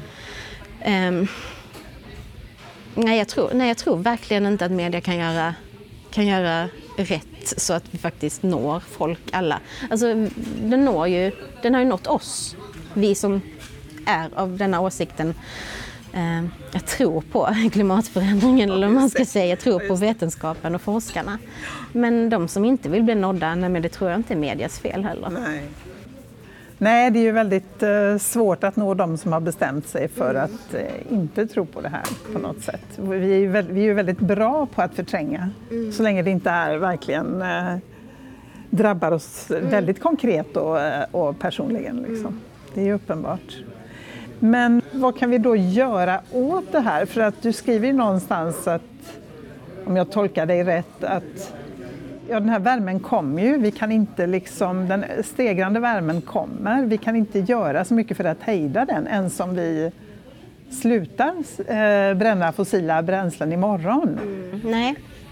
Jag tror verkligen inte att media kan göra rätt så att vi faktiskt når folk alla. Alltså, den har ju nått oss. Vi som är av denna åsikten, jag tror på klimatförändringen, eller man ska säga, jag tror på vetenskapen och forskarna. Men de som inte vill bli nådda, men det tror jag inte är medias fel heller. Nej, det är ju väldigt svårt att nå de som har bestämt sig för att inte tro på det här på något sätt. Vi är ju väldigt bra på att förtränga, så länge det inte är verkligen drabbar oss väldigt konkret och personligen. Liksom. Det är ju uppenbart. Men vad kan vi då göra åt det här? För att du skriver ju någonstans att, om jag tolkar dig rätt, att den här värmen kommer ju. Vi kan inte den stegrande värmen kommer. Vi kan inte göra så mycket för att hejda den, ens om vi slutar bränna fossila bränslen imorgon. Nej.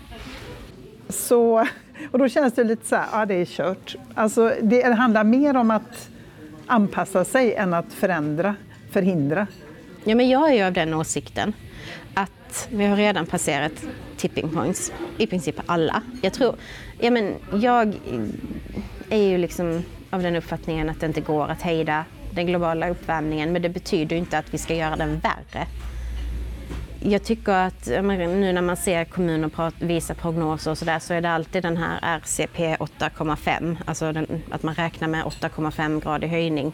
Så, och då känns det lite så här, det är kört. Alltså, det handlar mer om att anpassa sig än att förhindra. Ja, men jag är ju av den åsikten att vi har redan passerat tipping points, i princip alla. Jag är ju liksom av den uppfattningen att det inte går att hejda den globala uppvärmningen, men det betyder ju inte att vi ska göra den värre. Jag tycker att nu när man ser kommuner visa prognoser och sådär, så är det alltid den här RCP 8,5, alltså att man räknar med 8,5 grader höjning.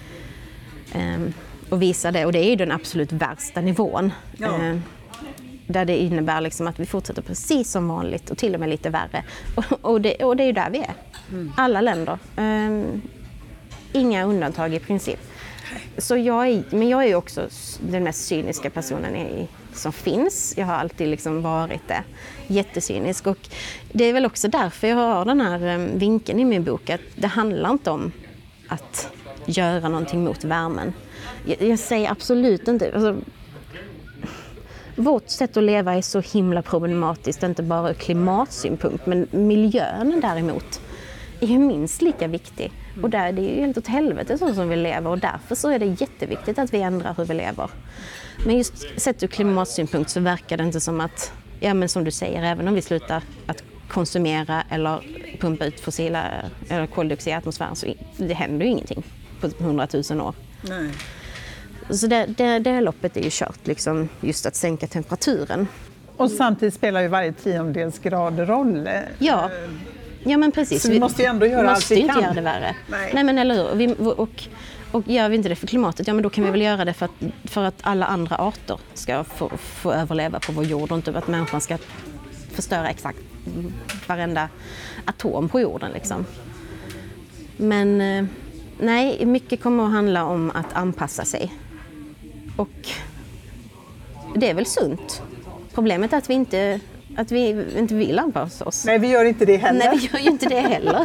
Och visar det, och det är ju den absolut värsta nivån. Ja. Där det innebär liksom att vi fortsätter precis som vanligt och till och med lite värre. Och det är ju där vi är. Alla länder. Inga undantag i princip. Men jag är ju också den mest cyniska personen som finns. Jag har alltid liksom varit det. Jättecynisk. Och det är väl också därför jag har den här vinkeln i min bok. Att det handlar inte om att göra någonting mot värmen. Jag säger absolut inte... Alltså, vårt sätt att leva är så himla problematiskt, inte bara ur klimatsynpunkt, men miljön däremot är ju minst lika viktig. Och där, det är ju helt åt helvete så som vi lever, och därför så är det jätteviktigt att vi ändrar hur vi lever. Men just sett ur klimatsynpunkt så verkar det inte som att, men som du säger, även om vi slutar att konsumera eller pumpa ut fossila eller koldioxid i atmosfären, så det händer ju ingenting på 100 000 år. Nej. Så det loppet är ju kört, liksom, just att sänka temperaturen. Och samtidigt spelar ju varje tiondels grad roll. Ja, men precis. Så vi måste ju ändå göra allt vi kan. Vi måste inte göra det värre. Nej, men eller hur? Och gör vi inte det för klimatet, men då kan vi väl göra det för att alla andra arter ska få överleva på vår jord, och inte att människan ska förstöra exakt varenda atom på jorden. Liksom. Men nej, mycket kommer att handla om att anpassa sig. Och det är väl sunt. Problemet är att vi inte vill anpassa oss. Nej, vi gör inte det heller. Nej, vi gör ju inte det heller.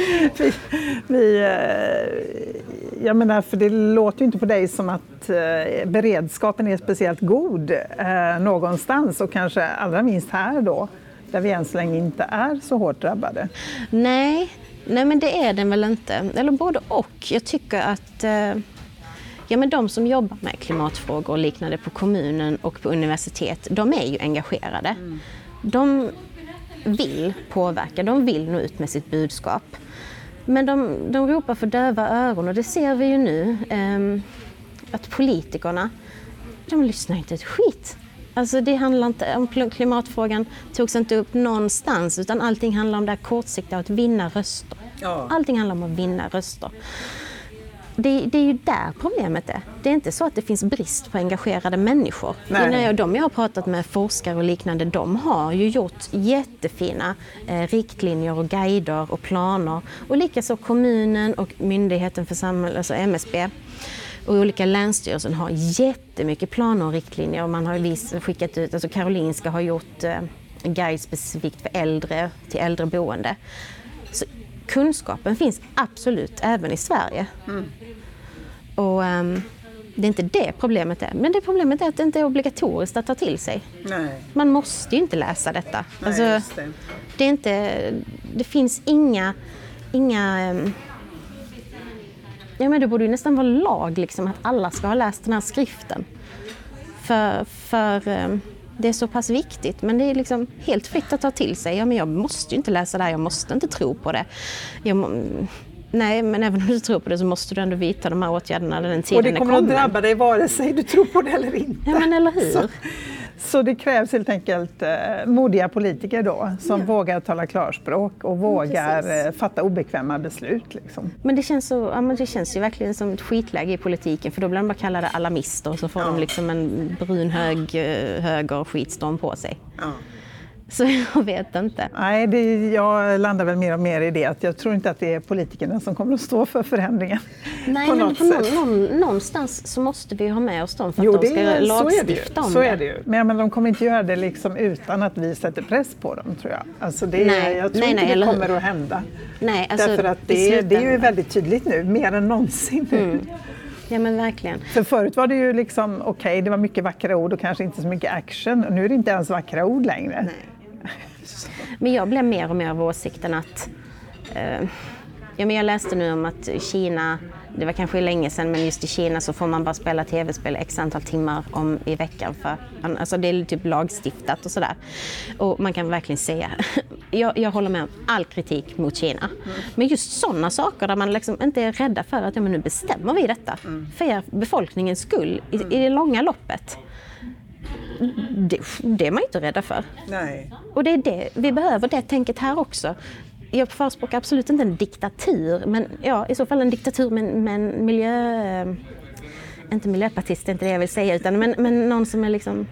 Jag menar, för det låter ju inte på dig som att beredskapen är speciellt god någonstans, och kanske allra minst här då, där vi än så länge inte är så hårt drabbade. Nej, men det är den väl inte. Eller både och. Jag tycker att men de som jobbar med klimatfrågor och liknande på kommunen och på universitet, de är ju engagerade. De vill påverka, de vill nå ut med sitt budskap. Men de ropar för döva öron, och det ser vi ju nu. Att politikerna, de lyssnar inte ett skit. Alltså det handlar inte om klimatfrågan, togs inte upp någonstans, utan allting handlar om det här kortsiktiga, att vinna röster. Ja. Allting handlar om att vinna röster. det är ju där problemet är. Det är inte så att det finns brist på engagerade människor. De jag har pratat med, forskare och liknande, de har ju gjort jättefina riktlinjer och guider och planer. Och likaså kommunen och Myndigheten för samhälle, alltså MSB, och olika länsstyrelser har jättemycket planer och riktlinjer. Och man har skickat ut, alltså Karolinska har gjort en guide specifikt för äldre till äldreboende. Så kunskapen finns absolut även i Sverige. Och det är inte det problemet är. Men det problemet är att det inte är obligatoriskt att ta till sig. Nej. Man måste ju inte läsa detta. Nej, alltså, just det. Det är inte, det finns inga ja, men det borde ju nästan vara lag liksom, att alla ska ha läst den här skriften. För det är så pass viktigt, men det är liksom helt fritt att ta till sig. Ja, men jag måste ju inte läsa det här, jag måste inte tro på det. Nej, men även om du tror på det så måste du ändå vidta de här åtgärderna när den tiden är kommen. Och det kommer att drabba dig vare sig du tror på det eller inte. Ja, men eller hur? Så det krävs helt enkelt modiga politiker då, som vågar tala klarspråk och vågar fatta obekväma beslut. Liksom. Men det känns ju verkligen som ett skitläge i politiken, för då blir de bara kallade alarmister och så får de liksom en brun höger skitstorm på sig. Ja. Så jag vet inte. Nej, jag landar väl mer och mer i det, att jag tror inte att det är politikerna som kommer att stå för förändringen. Nej, men någonstans så måste vi ha med oss dem för att de ska lagstifta om det. Så är det ju. Men de kommer inte göra det liksom utan att vi sätter press på dem, tror jag. Alltså jag tror inte det kommer att hända. Nej, alltså, därför att det är ju väldigt tydligt nu, mer än någonsin nu. Ja, men verkligen. För förut var det ju liksom, okej, det var mycket vackra ord och kanske inte så mycket action. Och nu är det inte ens vackra ord längre. Nej. Men jag blev mer och mer av åsikten att men jag läste nu om att Kina, det var kanske länge sedan, men just i Kina så får man bara spela tv-spel x antal timmar i veckan, för alltså det är typ lagstiftat och sådär. Och man kan verkligen säga, jag håller med om all kritik mot Kina. Men just sådana saker där man liksom inte är rädda för att nu bestämmer vi detta för befolkningens skull i det långa loppet. Det är man inte rädda för. Nej. Och det är det, vi behöver det tänket här också. Jag förespråkar absolut inte en diktatur, men i så fall en diktatur med en inte miljöpartist, inte det jag vill säga, utan men någon som är liksom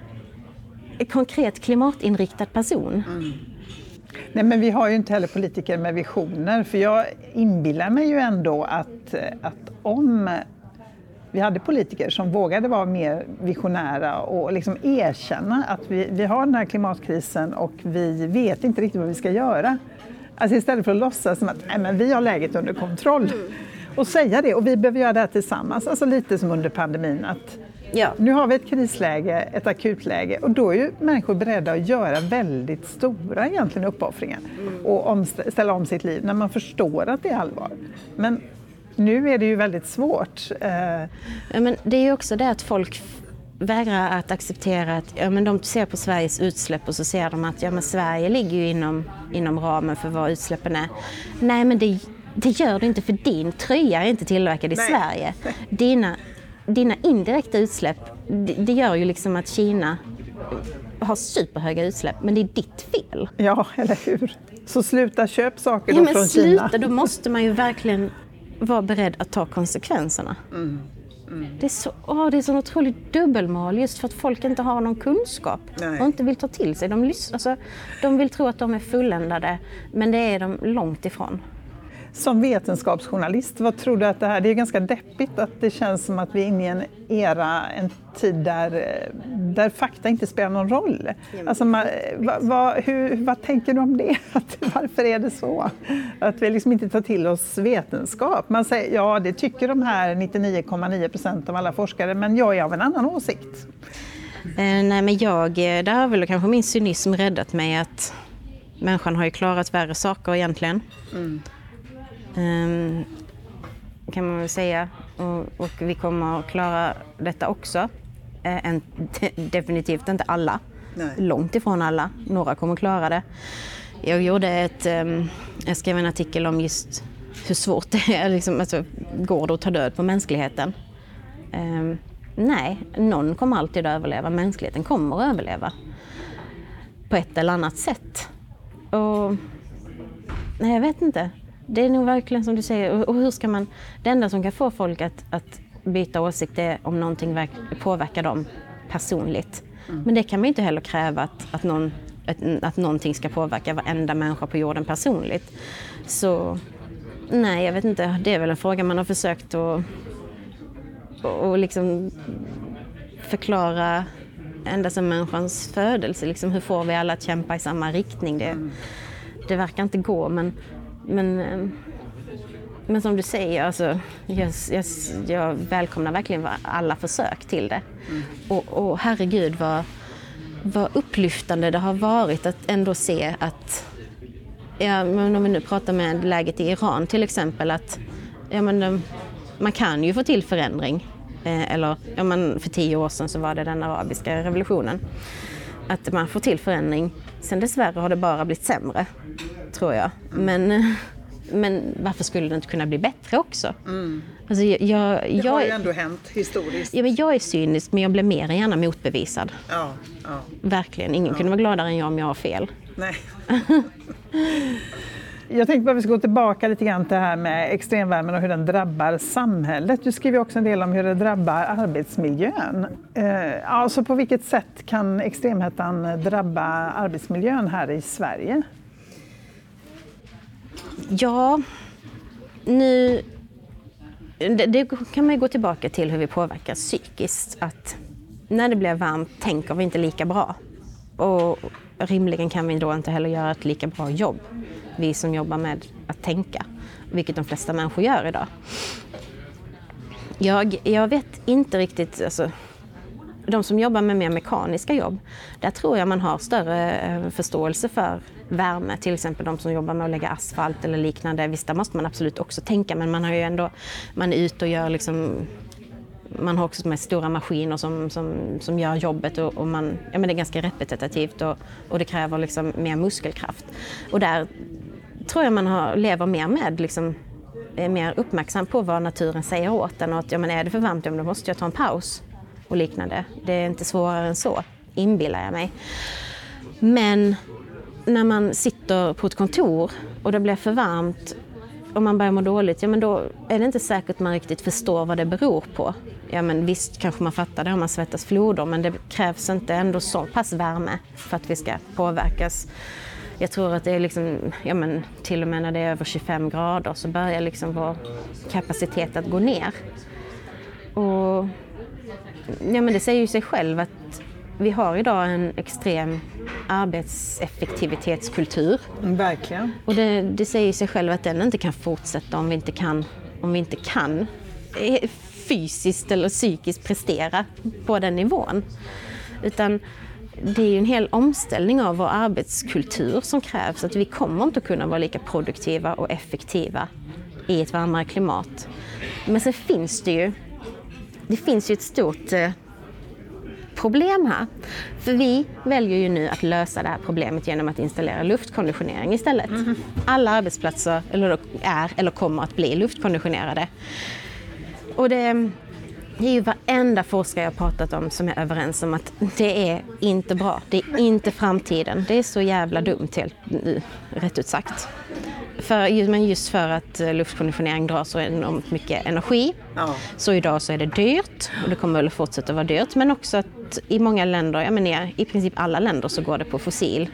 en konkret klimatinriktad person. Nej, men vi har ju inte heller politiker med visioner, för jag inbillar mig ju ändå att om vi hade politiker som vågade vara mer visionära och liksom erkänna att vi har den här klimatkrisen och vi vet inte riktigt vad vi ska göra. Alltså istället för att låtsas som att men vi har läget under kontroll. Och säga det, och vi behöver göra det här tillsammans. Alltså lite som under pandemin, att nu har vi ett krisläge, ett akutläge, och då är ju människor beredda att göra väldigt stora egentligen uppoffringar och ställa om sitt liv när man förstår att det är allvar. Men nu är det ju väldigt svårt. Ja, men det är ju också det att folk vägrar att acceptera att de ser på Sveriges utsläpp och så ser de att Sverige ligger ju inom ramen för vad utsläppen är. Nej, men det gör det inte, för din tröja är inte tillverkad i Sverige. Dina indirekta utsläpp, det gör ju liksom att Kina har superhöga utsläpp, men det är ditt fel. Ja, eller hur? Så sluta köp saker då från Kina. Då måste man ju verkligen vara beredd att ta konsekvenserna. Det är så otroligt dubbelmål, just för att folk inte har någon kunskap och inte vill ta till sig. De vill tro att de är fulländade, men det är de långt ifrån. Som vetenskapsjournalist, vad tror du att det här, det är ganska deppigt att det känns som att vi är inne i en era, en tid där fakta inte spelar någon roll. Alltså vad tänker du om det? Varför är det så? Att vi liksom inte tar till oss vetenskap. Man säger, det tycker de här 99,9% av alla forskare, men jag är av en annan åsikt. Nej, men där har väl kanske min cynism räddat mig, att människan har ju klarat värre saker egentligen. Kan man väl säga, och vi kommer att klara detta också. Definitivt inte alla. Nej. Långt ifrån alla. Några kommer att klara det. Jag skrev en artikel om just hur svårt det är, liksom, alltså, går det att ta död på mänskligheten? Nej, någon kommer alltid att överleva. Mänskligheten kommer att överleva på ett eller annat sätt. Och nej, jag vet inte. Det är nog verkligen som du säger. Och hur ska man... Det enda som kan få folk att byta åsikt är om någonting påverkar dem personligt. Men det kan man ju inte heller kräva att någonting ska påverka varenda människa på jorden personligt. Så nej, jag vet inte. Det är väl en fråga man har försökt att liksom förklara ända sedan människans födelse. Liksom, hur får vi alla att kämpa i samma riktning? Det verkar inte gå, men som du säger, alltså, jag välkomnar verkligen alla försök till det. Och herregud vad upplyftande det har varit att ändå se att, men om vi nu pratar med läget i Iran till exempel, att man kan ju få till förändring. Eller för 10 år sedan så var det den arabiska revolutionen. Att man får till förändring. Sen dessvärre har det bara blivit sämre, tror jag. Men varför skulle det inte kunna bli bättre också? Alltså, det har ju ändå hänt historiskt. Ja, men jag är cynisk, men jag blir mer än gärna motbevisad. Ja. Verkligen, ingen kunde vara gladare än jag om jag har fel. Nej. Jag tänkte bara vi ska gå tillbaka lite grann till det här med extremvärmen och hur den drabbar samhället. Du skriver också en del om hur det drabbar arbetsmiljön. Alltså på vilket sätt kan extremhettan drabba arbetsmiljön här i Sverige? Ja, det kan man ju gå tillbaka till hur vi påverkas psykiskt. Att när det blir varmt tänker vi inte lika bra. Och rimligen kan vi då inte heller göra ett lika bra jobb. Vi som jobbar med att tänka, vilket de flesta människor gör idag. Jag vet inte riktigt, alltså, de som jobbar med mer mekaniska jobb, där tror jag man har större förståelse för värme. Till exempel de som jobbar med att lägga asfalt eller liknande. Visst, där måste man absolut också tänka, men man har ju ändå, man är ute och gör liksom, man har också med stora maskiner som gör jobbet och det är ganska repetitivt och det kräver liksom mer muskelkraft. Och där tror jag man lever mer med, liksom, är mer uppmärksam på vad naturen säger åt en och att är det för varmt, då måste jag ta en paus och liknande. Det är inte svårare än så, inbillar jag mig. Men när man sitter på ett kontor och det blir för varmt och man börjar må dåligt, då är det inte säkert att man riktigt förstår vad det beror på. Visst kanske man fattar det om man svettas floder, men det krävs inte ändå så pass värme för att vi ska påverkas. Jag tror att det är liksom, till och med när det är över 25 grader så börjar liksom vår kapacitet att gå ner. Och det säger ju sig själv att vi har idag en extrem arbetseffektivitetskultur. Verkligen. Och det säger sig själv att den inte kan fortsätta om vi inte kan fysiskt eller psykiskt prestera på den nivån. Utan det är ju en hel omställning av vår arbetskultur som krävs. Att vi kommer inte att kunna vara lika produktiva och effektiva i ett varmare klimat. Men sen finns det finns ju ett stort problem här. För vi väljer ju nu att lösa det här problemet genom att installera luftkonditionering istället. Alla arbetsplatser eller kommer att bli luftkonditionerade. Och det är ju varenda forskare jag pratat om som är överens om att det är inte bra. Det är inte framtiden. Det är så jävla dumt, rätt ut sagt. Men just för att luftkonditionering drar så enormt mycket energi. Ja. Så idag så är det dyrt och det kommer väl fortsätta vara dyrt. Men också att i många länder, i princip alla länder, så går det på fossil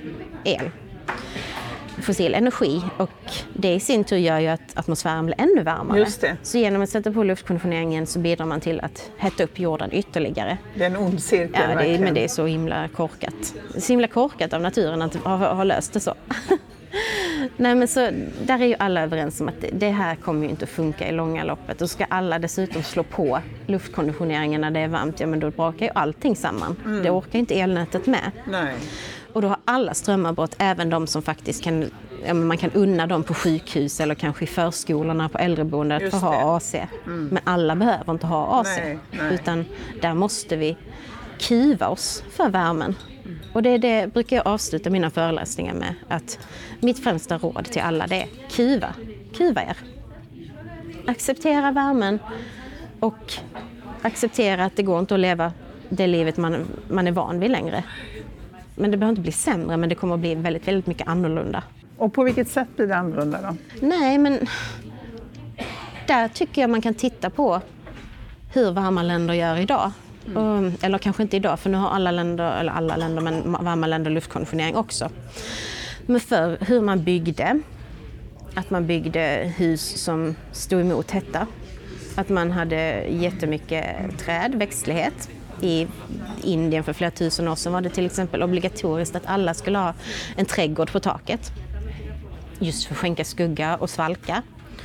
energi, och det i sin tur gör ju att atmosfären blir ännu varmare. Just det. Så genom att sätta på luftkonditioneringen så bidrar man till att hetta upp jorden ytterligare. Det är en ond cirkel. Ja, men det är så himla korkat. Så himla korkat av naturen att ha löst det så. Nej, men så där är ju alla överens om att det här kommer ju inte att funka i långa loppet. Och ska alla dessutom slå på luftkonditioneringen när det är varmt, då brakar ju allting samman. Det orkar inte elnätet med. Nej. Och då har alla strömavbrott, även de som faktiskt man kan unna dem på sjukhus eller kanske i förskolorna på äldreboendet för att ha AC. Men alla behöver inte ha AC. Nej. Utan där måste vi kuva oss för värmen. Och det brukar jag avsluta mina föreläsningar med, att mitt främsta råd till alla, det är kuva er. Acceptera värmen och acceptera att det går inte att leva det livet man är van vid längre. Men det behöver inte bli sämre, men det kommer att bli väldigt, väldigt mycket annorlunda. Och på vilket sätt blir det annorlunda då? Nej, men där tycker jag man kan titta på hur varma länder gör idag. Eller kanske inte idag, för nu har alla länder, men varma länder luftkonditionering också. Men för hur man byggde, att man byggde hus som stod emot hetta. Att man hade jättemycket träd, växtlighet. I Indien för flera tusen år sedan var det till exempel obligatoriskt att alla skulle ha en trädgård på taket. Just för att skänka skugga och svalka.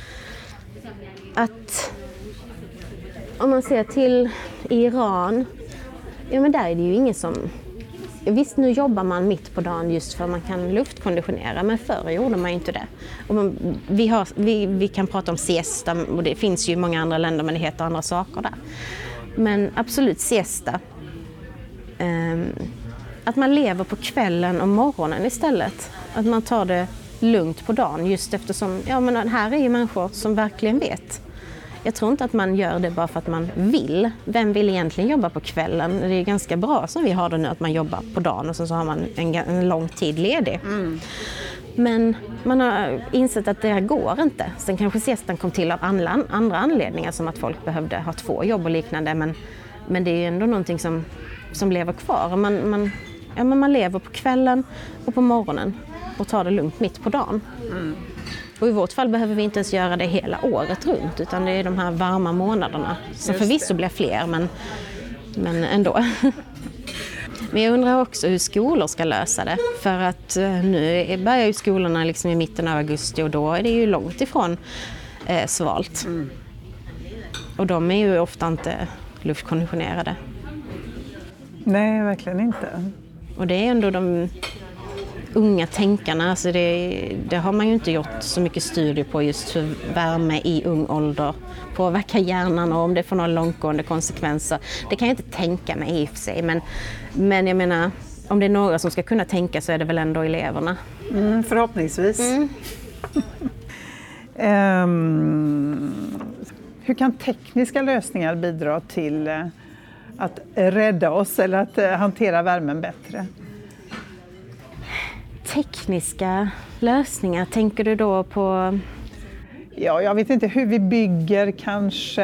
Att om man ser till Iran, ja men där är det ju ingen som... Visst, nu jobbar man mitt på dagen just för att man kan luftkonditionera, men förr gjorde man ju inte det. Och vi kan prata om siesta, och det finns ju i många andra länder men det heter andra saker där. Men absolut siesta. Att man lever på kvällen och morgonen istället. Att man tar det lugnt på dagen just eftersom, ja men här är ju människor som verkligen vet. Jag tror inte att man gör det bara för att man vill. Vem vill egentligen jobba på kvällen? Det är ganska bra som vi har det nu att man jobbar på dagen och så har man en lång tid ledig. Men man har insett att det här går inte. Sen kanske siestan kom till av andra anledningar som att folk behövde ha 2 jobb och liknande. Men det är ju ändå någonting som lever kvar. Man lever på kvällen och på morgonen och tar det lugnt mitt på dagen. Och i vårt fall behöver vi inte ens göra det hela året runt, utan det är de här varma månaderna som förvisso blir fler, men ändå. Men jag undrar också hur skolor ska lösa det, för att nu börjar ju skolorna liksom i mitten av augusti och då är det ju långt ifrån svalt. Och de är ju ofta inte luftkonditionerade. Nej, verkligen inte. Och det är ändå de unga tänkarna, alltså det har man ju inte gjort så mycket studier på just hur värme i ung ålder påverkar hjärnan och om det får några långtgående konsekvenser. Det kan jag inte tänka mig i och för sig, men jag menar, om det är några som ska kunna tänka så är det väl ändå eleverna. Förhoppningsvis. Hur kan tekniska lösningar bidra till att rädda oss eller att hantera värmen bättre? Tekniska lösningar, tänker du då på? Ja, jag vet inte hur vi bygger kanske.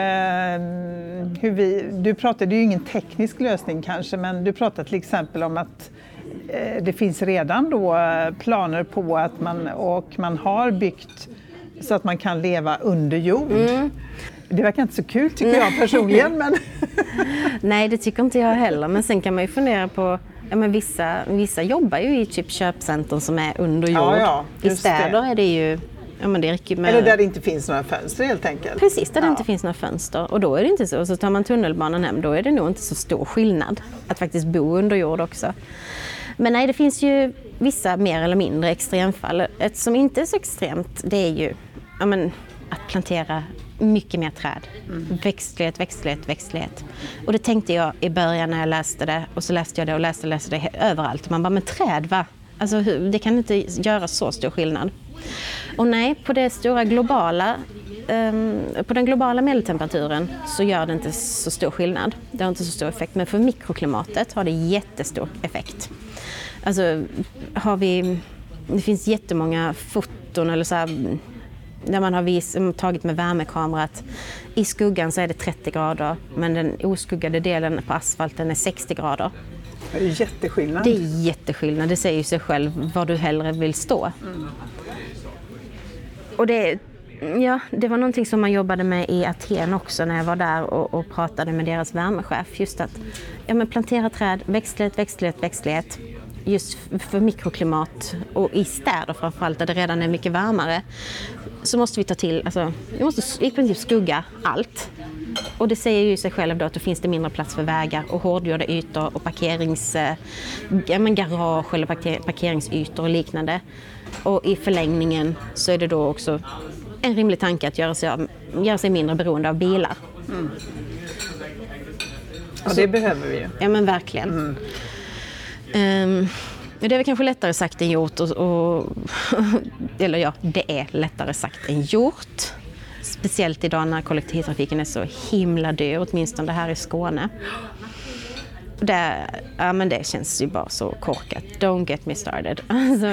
Du pratade ju ingen teknisk lösning kanske, men du pratade till exempel om att det finns redan då planer på att man har byggt så att man kan leva under jord. Det verkar inte så kul tycker jag personligen. Men Nej, det tycker inte jag heller, men sen kan man ju fundera på. Ja, men vissa jobbar ju i typ köpcentrum som är under jord. Ja, i städer är det ju... Ja, men det räcker med... Eller där det inte finns några fönster helt enkelt. Precis, där det inte finns några fönster. Och då är det inte så. Och så tar man tunnelbanan hem, då är det nog inte så stor skillnad att faktiskt bo under jord också. Men nej, det finns ju vissa mer eller mindre extremfall. Ett som inte är så extremt, det är ju att plantera mycket mer träd. Växtlighet. Och det tänkte jag i början när jag läste det. Och så läste jag det och läste det överallt. Man bara, men träd va? Alltså det kan inte göra så stor skillnad. Och nej, på det stora globala, på den globala medeltemperaturen så gör det inte så stor skillnad. Det har inte så stor effekt. Men för mikroklimatet har det jättestor effekt. Alltså det finns jättemånga foton eller så här, där man har tagit med värmekamera att i skuggan så är det 30 grader men den oskuggade delen på asfalten är 60 grader. Det är jätteskillnad. Det är jätteskillnad, det säger ju sig själv var du hellre vill stå. Och det var någonting som man jobbade med i Aten också när jag var där och pratade med deras värmechef. Just att plantera träd, växtlighet. Just för mikroklimat och i städer framförallt där det redan är mycket varmare så måste vi ta till, vi måste i princip skugga allt. Och det säger ju sig själv då att det finns det mindre plats för vägar och hårdgjorda ytor och garage eller parkeringsytor och liknande. Och i förlängningen så är det då också en rimlig tanke att göra sig mindre beroende av bilar. Ja, det behöver vi ju. Ja, men verkligen. Det är väl kanske lättare sagt än gjort. Det är lättare sagt än gjort. Speciellt idag när kollektivtrafiken är så himla dyr, åtminstone här i Skåne. Men det känns ju bara så korkat. Don't get me started. Alltså,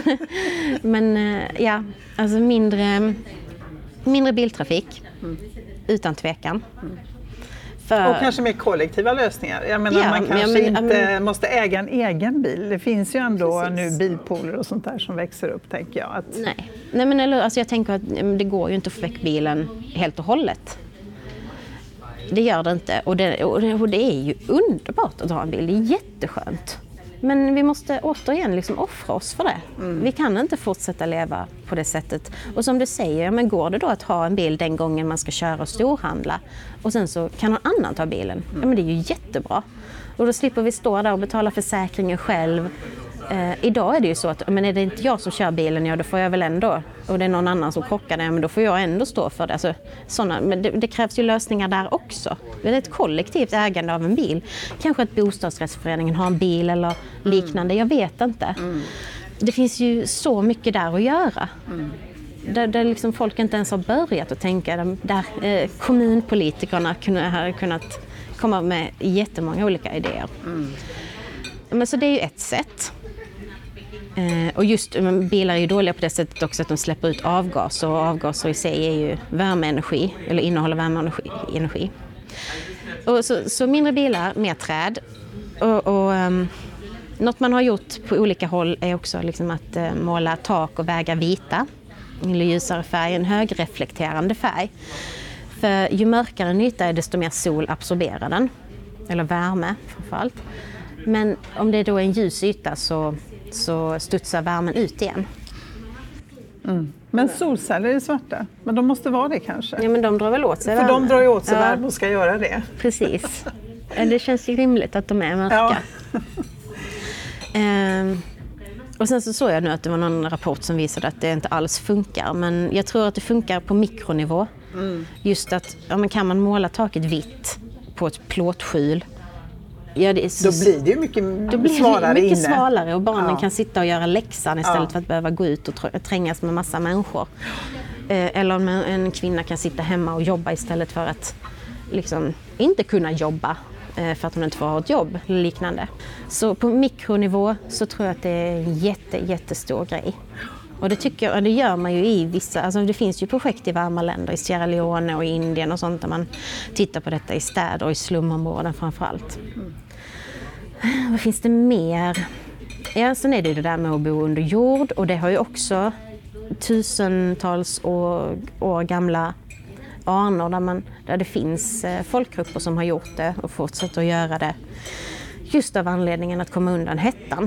alltså mindre biltrafik, utan tvekan. Och kanske mer kollektiva lösningar. Jag menar, man kanske inte måste äga en egen bil. Det finns ju ändå nu bilpooler och sånt där som växer upp, tänker jag. Nej, men alltså jag tänker att det går ju inte att få väck bilen helt och hållet. Det gör det inte. Och det är ju underbart att ha en bil. Det är jätteskönt. Men vi måste återigen liksom offra oss för det. Vi kan inte fortsätta leva på det sättet. Och som du säger, men går det då att ha en bil den gången man ska köra och storhandla och sen så kan någon annan ta bilen? Ja, men det är ju jättebra. Och då slipper vi stå där och betala försäkringen själv. Idag är det ju så att men är det inte jag som kör bilen, ja då får jag väl ändå. Och det är någon annan som krockar det, men då får jag ändå stå för det. Alltså, men det krävs ju lösningar där också. Det är ett kollektivt ägande av en bil. Kanske att bostadsrättsföreningen har en bil eller liknande, jag vet inte. Det finns ju så mycket där att göra. Där liksom folk inte ens har börjat att tänka. Där kommunpolitikerna har kunnat komma med jättemånga olika idéer. Men så det är ju ett sätt. Och just bilar är ju dåliga på det sättet också att de släpper ut avgaser. Och avgaser i sig är ju värmeenergi, eller innehåller värmeenergi. Och så mindre bilar, mer träd. Och något man har gjort på olika håll är också liksom att måla tak och väggar vita. Eller ljusare färg, en högreflekterande färg. För ju mörkare en yta är desto mer sol absorberar den. Eller värme framförallt. Men om det då är en ljus yta så studsar värmen ut igen. Men solceller är svarta. Men de måste vara det kanske? Ja, men de drar väl åt sig värme. För de drar ju åt sig värme och ska göra det. Precis. Det känns ju rimligt att de är mörka. Ja. Och sen så såg jag nu att det var någon rapport som visade att det inte alls funkar. Men jag tror att det funkar på mikronivå. Just att kan man måla taket vitt på ett plåtskjul. Ja, då blir det ju mycket svalare och barnen kan sitta och göra läxan istället för att behöva gå ut och trängas med massa människor. Eller om en kvinna kan sitta hemma och jobba istället för att liksom inte kunna jobba för att hon inte får ha ett jobb eller liknande. Så på mikronivå så tror jag att det är en jättestor grej. Och det gör man ju i vissa, alltså det finns ju projekt i varma länder, i Sierra Leone och i Indien och sånt där man tittar på detta i städer och i slumområden framförallt. Vad finns det mer? Ja, sen är det ju det där med att bo under jord och det har ju också tusentals år gamla anor där det finns folkgrupper som har gjort det och fortsätter att göra det just av anledningen att komma undan hettan.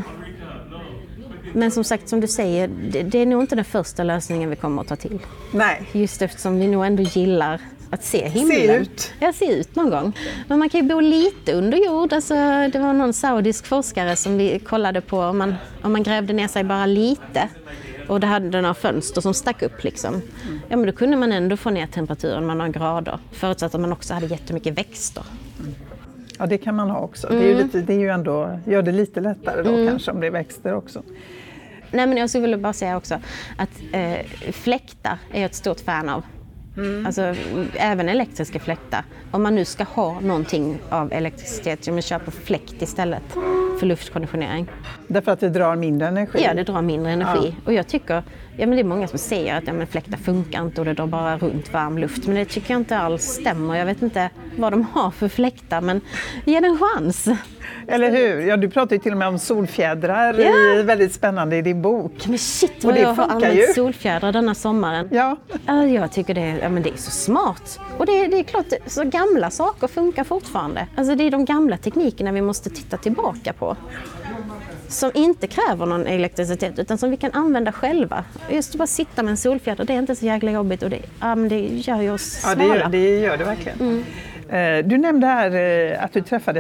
Men som sagt, som du säger, det är nog inte den första lösningen vi kommer att ta till. Nej. Just eftersom vi nog ändå gillar att se himlen. Se ut någon gång. Men man kan ju bo lite under jord. Alltså, det var någon saudisk forskare som vi kollade på om man grävde ner sig bara lite. Och det hade några fönster som stack upp liksom. Ja, men då kunde man ändå få ner temperaturen med några grader. Förutsatt att man också hade jättemycket växter. Ja, det kan man ha också. Det är ju ändå, gör det lite lättare då kanske om det är växter också. Nej, men jag skulle vilja bara säga också att fläktar är jag ett stort fan av. Alltså även elektriska fläktar. Om man nu ska ha någonting av elektricitet så man kör på fläkt istället för luftkonditionering. Därför att det drar mindre energi? Ja, det drar mindre energi. Och jag tycker, det är många som säger att fläktar funkar inte och det drar bara runt varm luft. Men det tycker jag inte alls stämmer. Jag vet inte vad de har för fläktar, men ge det en chans. Eller hur? Ja, du pratar ju till och med om solfjädrar, väldigt spännande i din bok. Men shit vad jag har använt solfjädrar denna sommaren. Ja. Jag tycker det är så smart. Och det är klart, så gamla saker funkar fortfarande. Alltså det är de gamla teknikerna vi måste titta tillbaka på. Som inte kräver någon elektricitet utan som vi kan använda själva. Just att bara sitta med en solfjäder, det är inte så jäkla jobbigt och det gör ju oss smala. Ja, det gör det verkligen. Du nämnde här att du träffade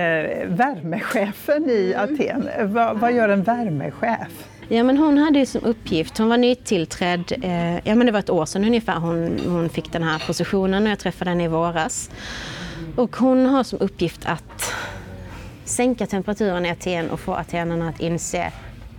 värmechefen i Aten. Vad gör en värmechef? Ja, men hon hade ju som uppgift, hon var nytillträdd, men det var ett år sedan ungefär hon fick den här positionen och jag träffade henne i våras. Och hon har som uppgift att sänka temperaturen i Aten och få atenerna att inse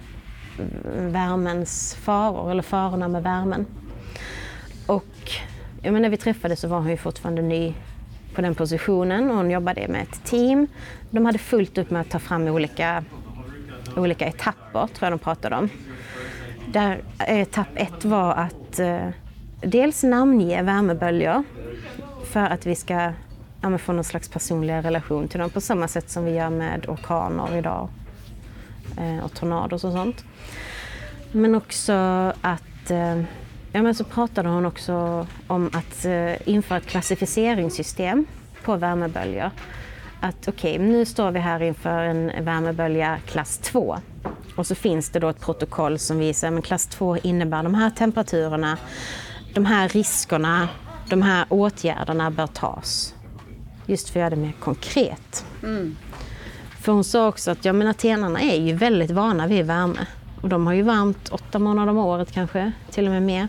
värmens faror eller farorna med värmen. Och när vi träffades så var hon ju fortfarande på den positionen. Hon jobbade med ett team. De hade fullt upp med att ta fram olika etapper, tror jag de pratade om. Där etapp 1 var att dels namnge värmeböljor för att vi ska få någon slags personlig relation till dem på samma sätt som vi gör med orkaner idag och tornados och sånt. Men också att så pratade hon också om att införa ett klassificeringssystem på värmeböljor. Att nu står vi här inför en värmebölja klass 2. Och så finns det då ett protokoll som visar att klass 2 innebär de här temperaturerna, de här riskerna, de här åtgärderna bör tas. Just för att göra det mer konkret. För hon sa också att atenarna är ju väldigt vana vid värme. Och de har ju varmt 8 månader om året kanske, till och med mer.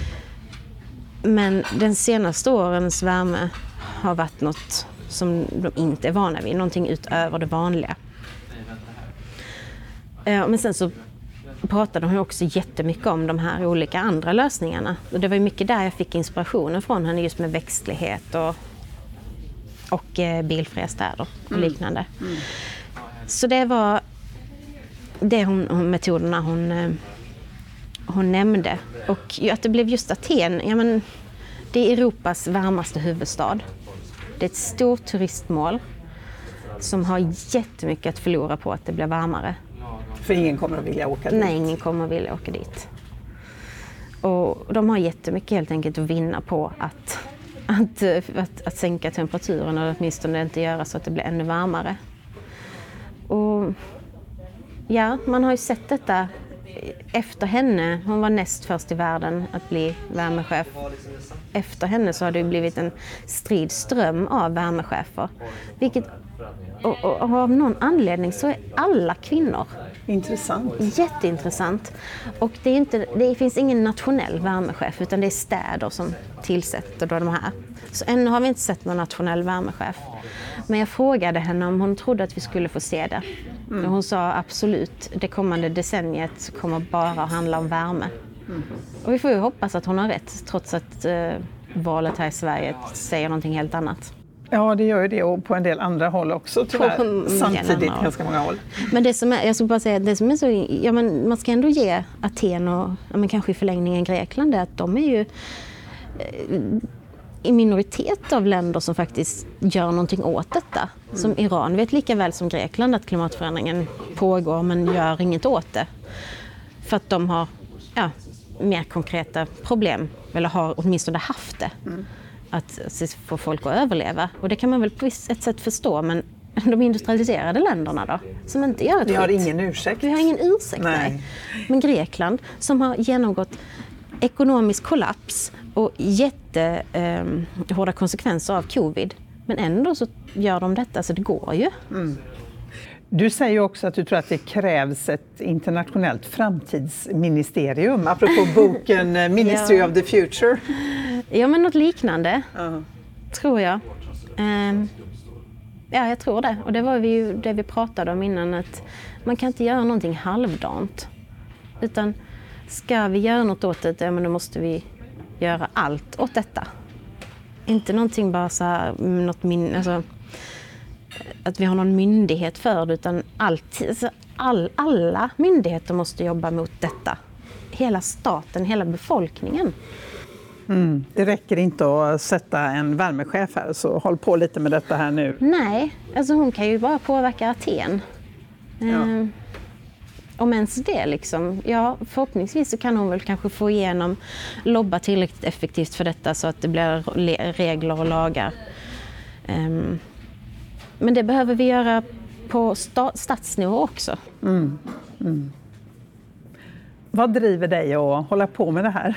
Men den senaste årens värme har varit något som de inte är vana vid, någonting utöver det vanliga. Men sen så pratade hon också jättemycket om de här olika andra lösningarna. Och det var ju mycket där jag fick inspirationen från henne, just med växtlighet och bilfria städer och liknande. Så det var det metoderna hon nämnde. Och att det blev just Aten, det är Europas varmaste huvudstad. Det är ett stort turistmål som har jättemycket att förlora på att det blir varmare. För ingen kommer att vilja åka dit? Nej, ingen kommer att vilja åka dit. Och de har jättemycket helt enkelt att vinna på att sänka temperaturen, eller åtminstone inte göra så att det blir ännu varmare. Och man har ju sett detta efter henne. Hon var näst först i världen att bli värmechef. Efter henne så har det blivit en stridström av värmechefer. Och av någon anledning så är alla kvinnor. Intressant. Jätteintressant. Och det finns ingen nationell värmechef, utan det är städer som tillsätter då de här. Så ännu har vi inte sett någon nationell värmechef. Men jag frågade henne om hon trodde att vi skulle få se det. Och hon sa absolut, det kommande decenniet kommer bara att handla om värme. Och vi får ju hoppas att hon har rätt, trots att valet här i Sverige säger någonting helt annat. Ja, det gör ju det, och på en del andra håll också tyvärr, samtidigt ganska många håll. Men det som är, jag skulle bara säga, det som är så, man ska ändå ge Aten och kanske i förlängningen Grekland, att de är ju i minoritet av länder som faktiskt gör någonting åt detta. Som Iran vet lika väl som Grekland att klimatförändringen pågår, men gör inget åt det. För att de har mer konkreta problem, eller har åtminstone haft det. Att få folk att överleva. Och det kan man väl på ett sätt förstå, men de industrialiserade länderna då, som inte gör ett Vi har ingen ursäkt. Vi har ingen ursäkt, nej. Men Grekland, som har genomgått ekonomisk kollaps och jättehårda konsekvenser av covid, men ändå så gör de detta, så det går ju. Du säger ju också att du tror att det krävs ett internationellt framtidsministerium, apropå boken Ministry of the Future. Ja, men något liknande, tror jag. Jag tror det. Och det var ju det vi pratade om innan, att man kan inte göra någonting halvdant. Utan ska vi göra något åt det, då måste vi göra allt åt detta. Inte någonting bara så här, att vi har någon myndighet för det, utan alla myndigheter måste jobba mot detta. Hela staten, hela befolkningen. Det räcker inte att sätta en värmechef här, så håll på lite med detta här nu. Nej, hon kan ju bara påverka Aten. Om ens det liksom. Ja, förhoppningsvis så kan hon väl kanske få lobba tillräckligt effektivt för detta, så att det blir regler och lagar. Men det behöver vi göra på statsnivå också. Vad driver dig att hålla på med det här?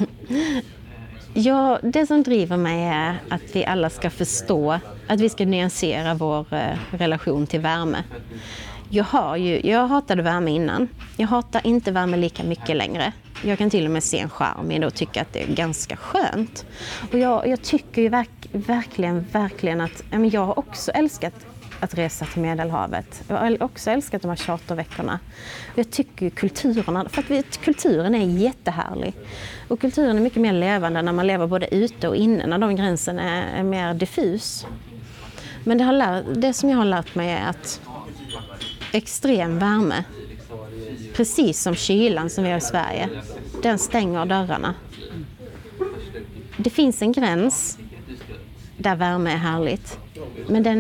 Ja, det som driver mig är att vi alla ska förstå att vi ska nyansera vår relation till värme. Jag hatade värme innan. Jag hatar inte värme lika mycket längre. Jag kan till och med se en charm i det och tycka att det är ganska skönt. Och jag tycker ju verkligen att jag har också älskat att resa till Medelhavet. Jag har också älskat de här charterveckorna. Jag tycker kulturerna, för att kulturen är jättehärlig. Och kulturen är mycket mer levande när man lever både ute och inne, när de gränserna är mer diffus. Men det som jag har lärt mig är att extrem värme, precis som kylan som vi har i Sverige, den stänger dörrarna. Det finns en gräns där värme är härligt. Men den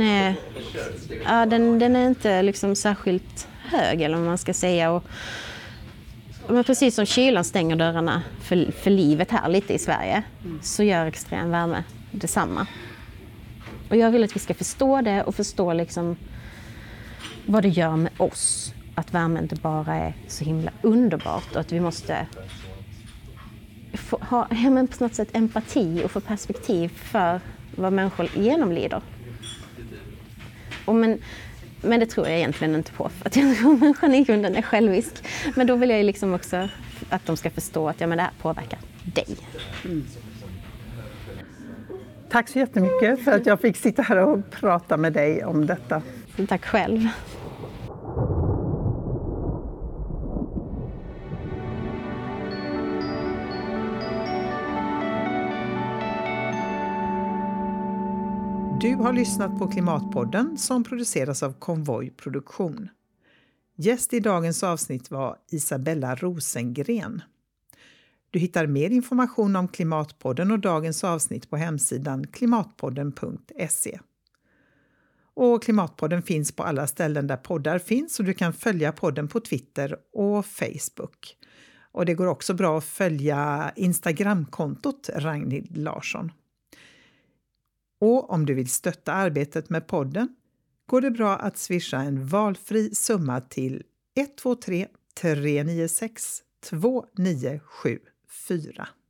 är inte liksom särskilt hög, eller vad man ska säga. Men precis som kylan stänger dörrarna för livet här lite i Sverige, så gör extrem värme detsamma. Och jag vill att vi ska förstå det och förstå liksom vad det gör med oss. Att värme inte bara är så himla underbart, och att vi måste ha på något sätt empati och få perspektiv för vad människor genomlider. Men det tror jag egentligen inte på, för att jag tror att människan i grunden är självisk. Men då vill jag liksom också att de ska förstå att det här påverkar dig. Tack så jättemycket för att jag fick sitta här och prata med dig om detta. Tack själv. Du har lyssnat på Klimatpodden som produceras av Konvoj Produktion. Gäst i dagens avsnitt var Isabella Rosengren. Du hittar mer information om Klimatpodden och dagens avsnitt på hemsidan klimatpodden.se. Och Klimatpodden finns på alla ställen där poddar finns, och du kan följa podden på Twitter och Facebook. Och det går också bra att följa Instagramkontot Ragnhild Larsson. Och om du vill stötta arbetet med podden går det bra att swisha en valfri summa till 123 396 2974.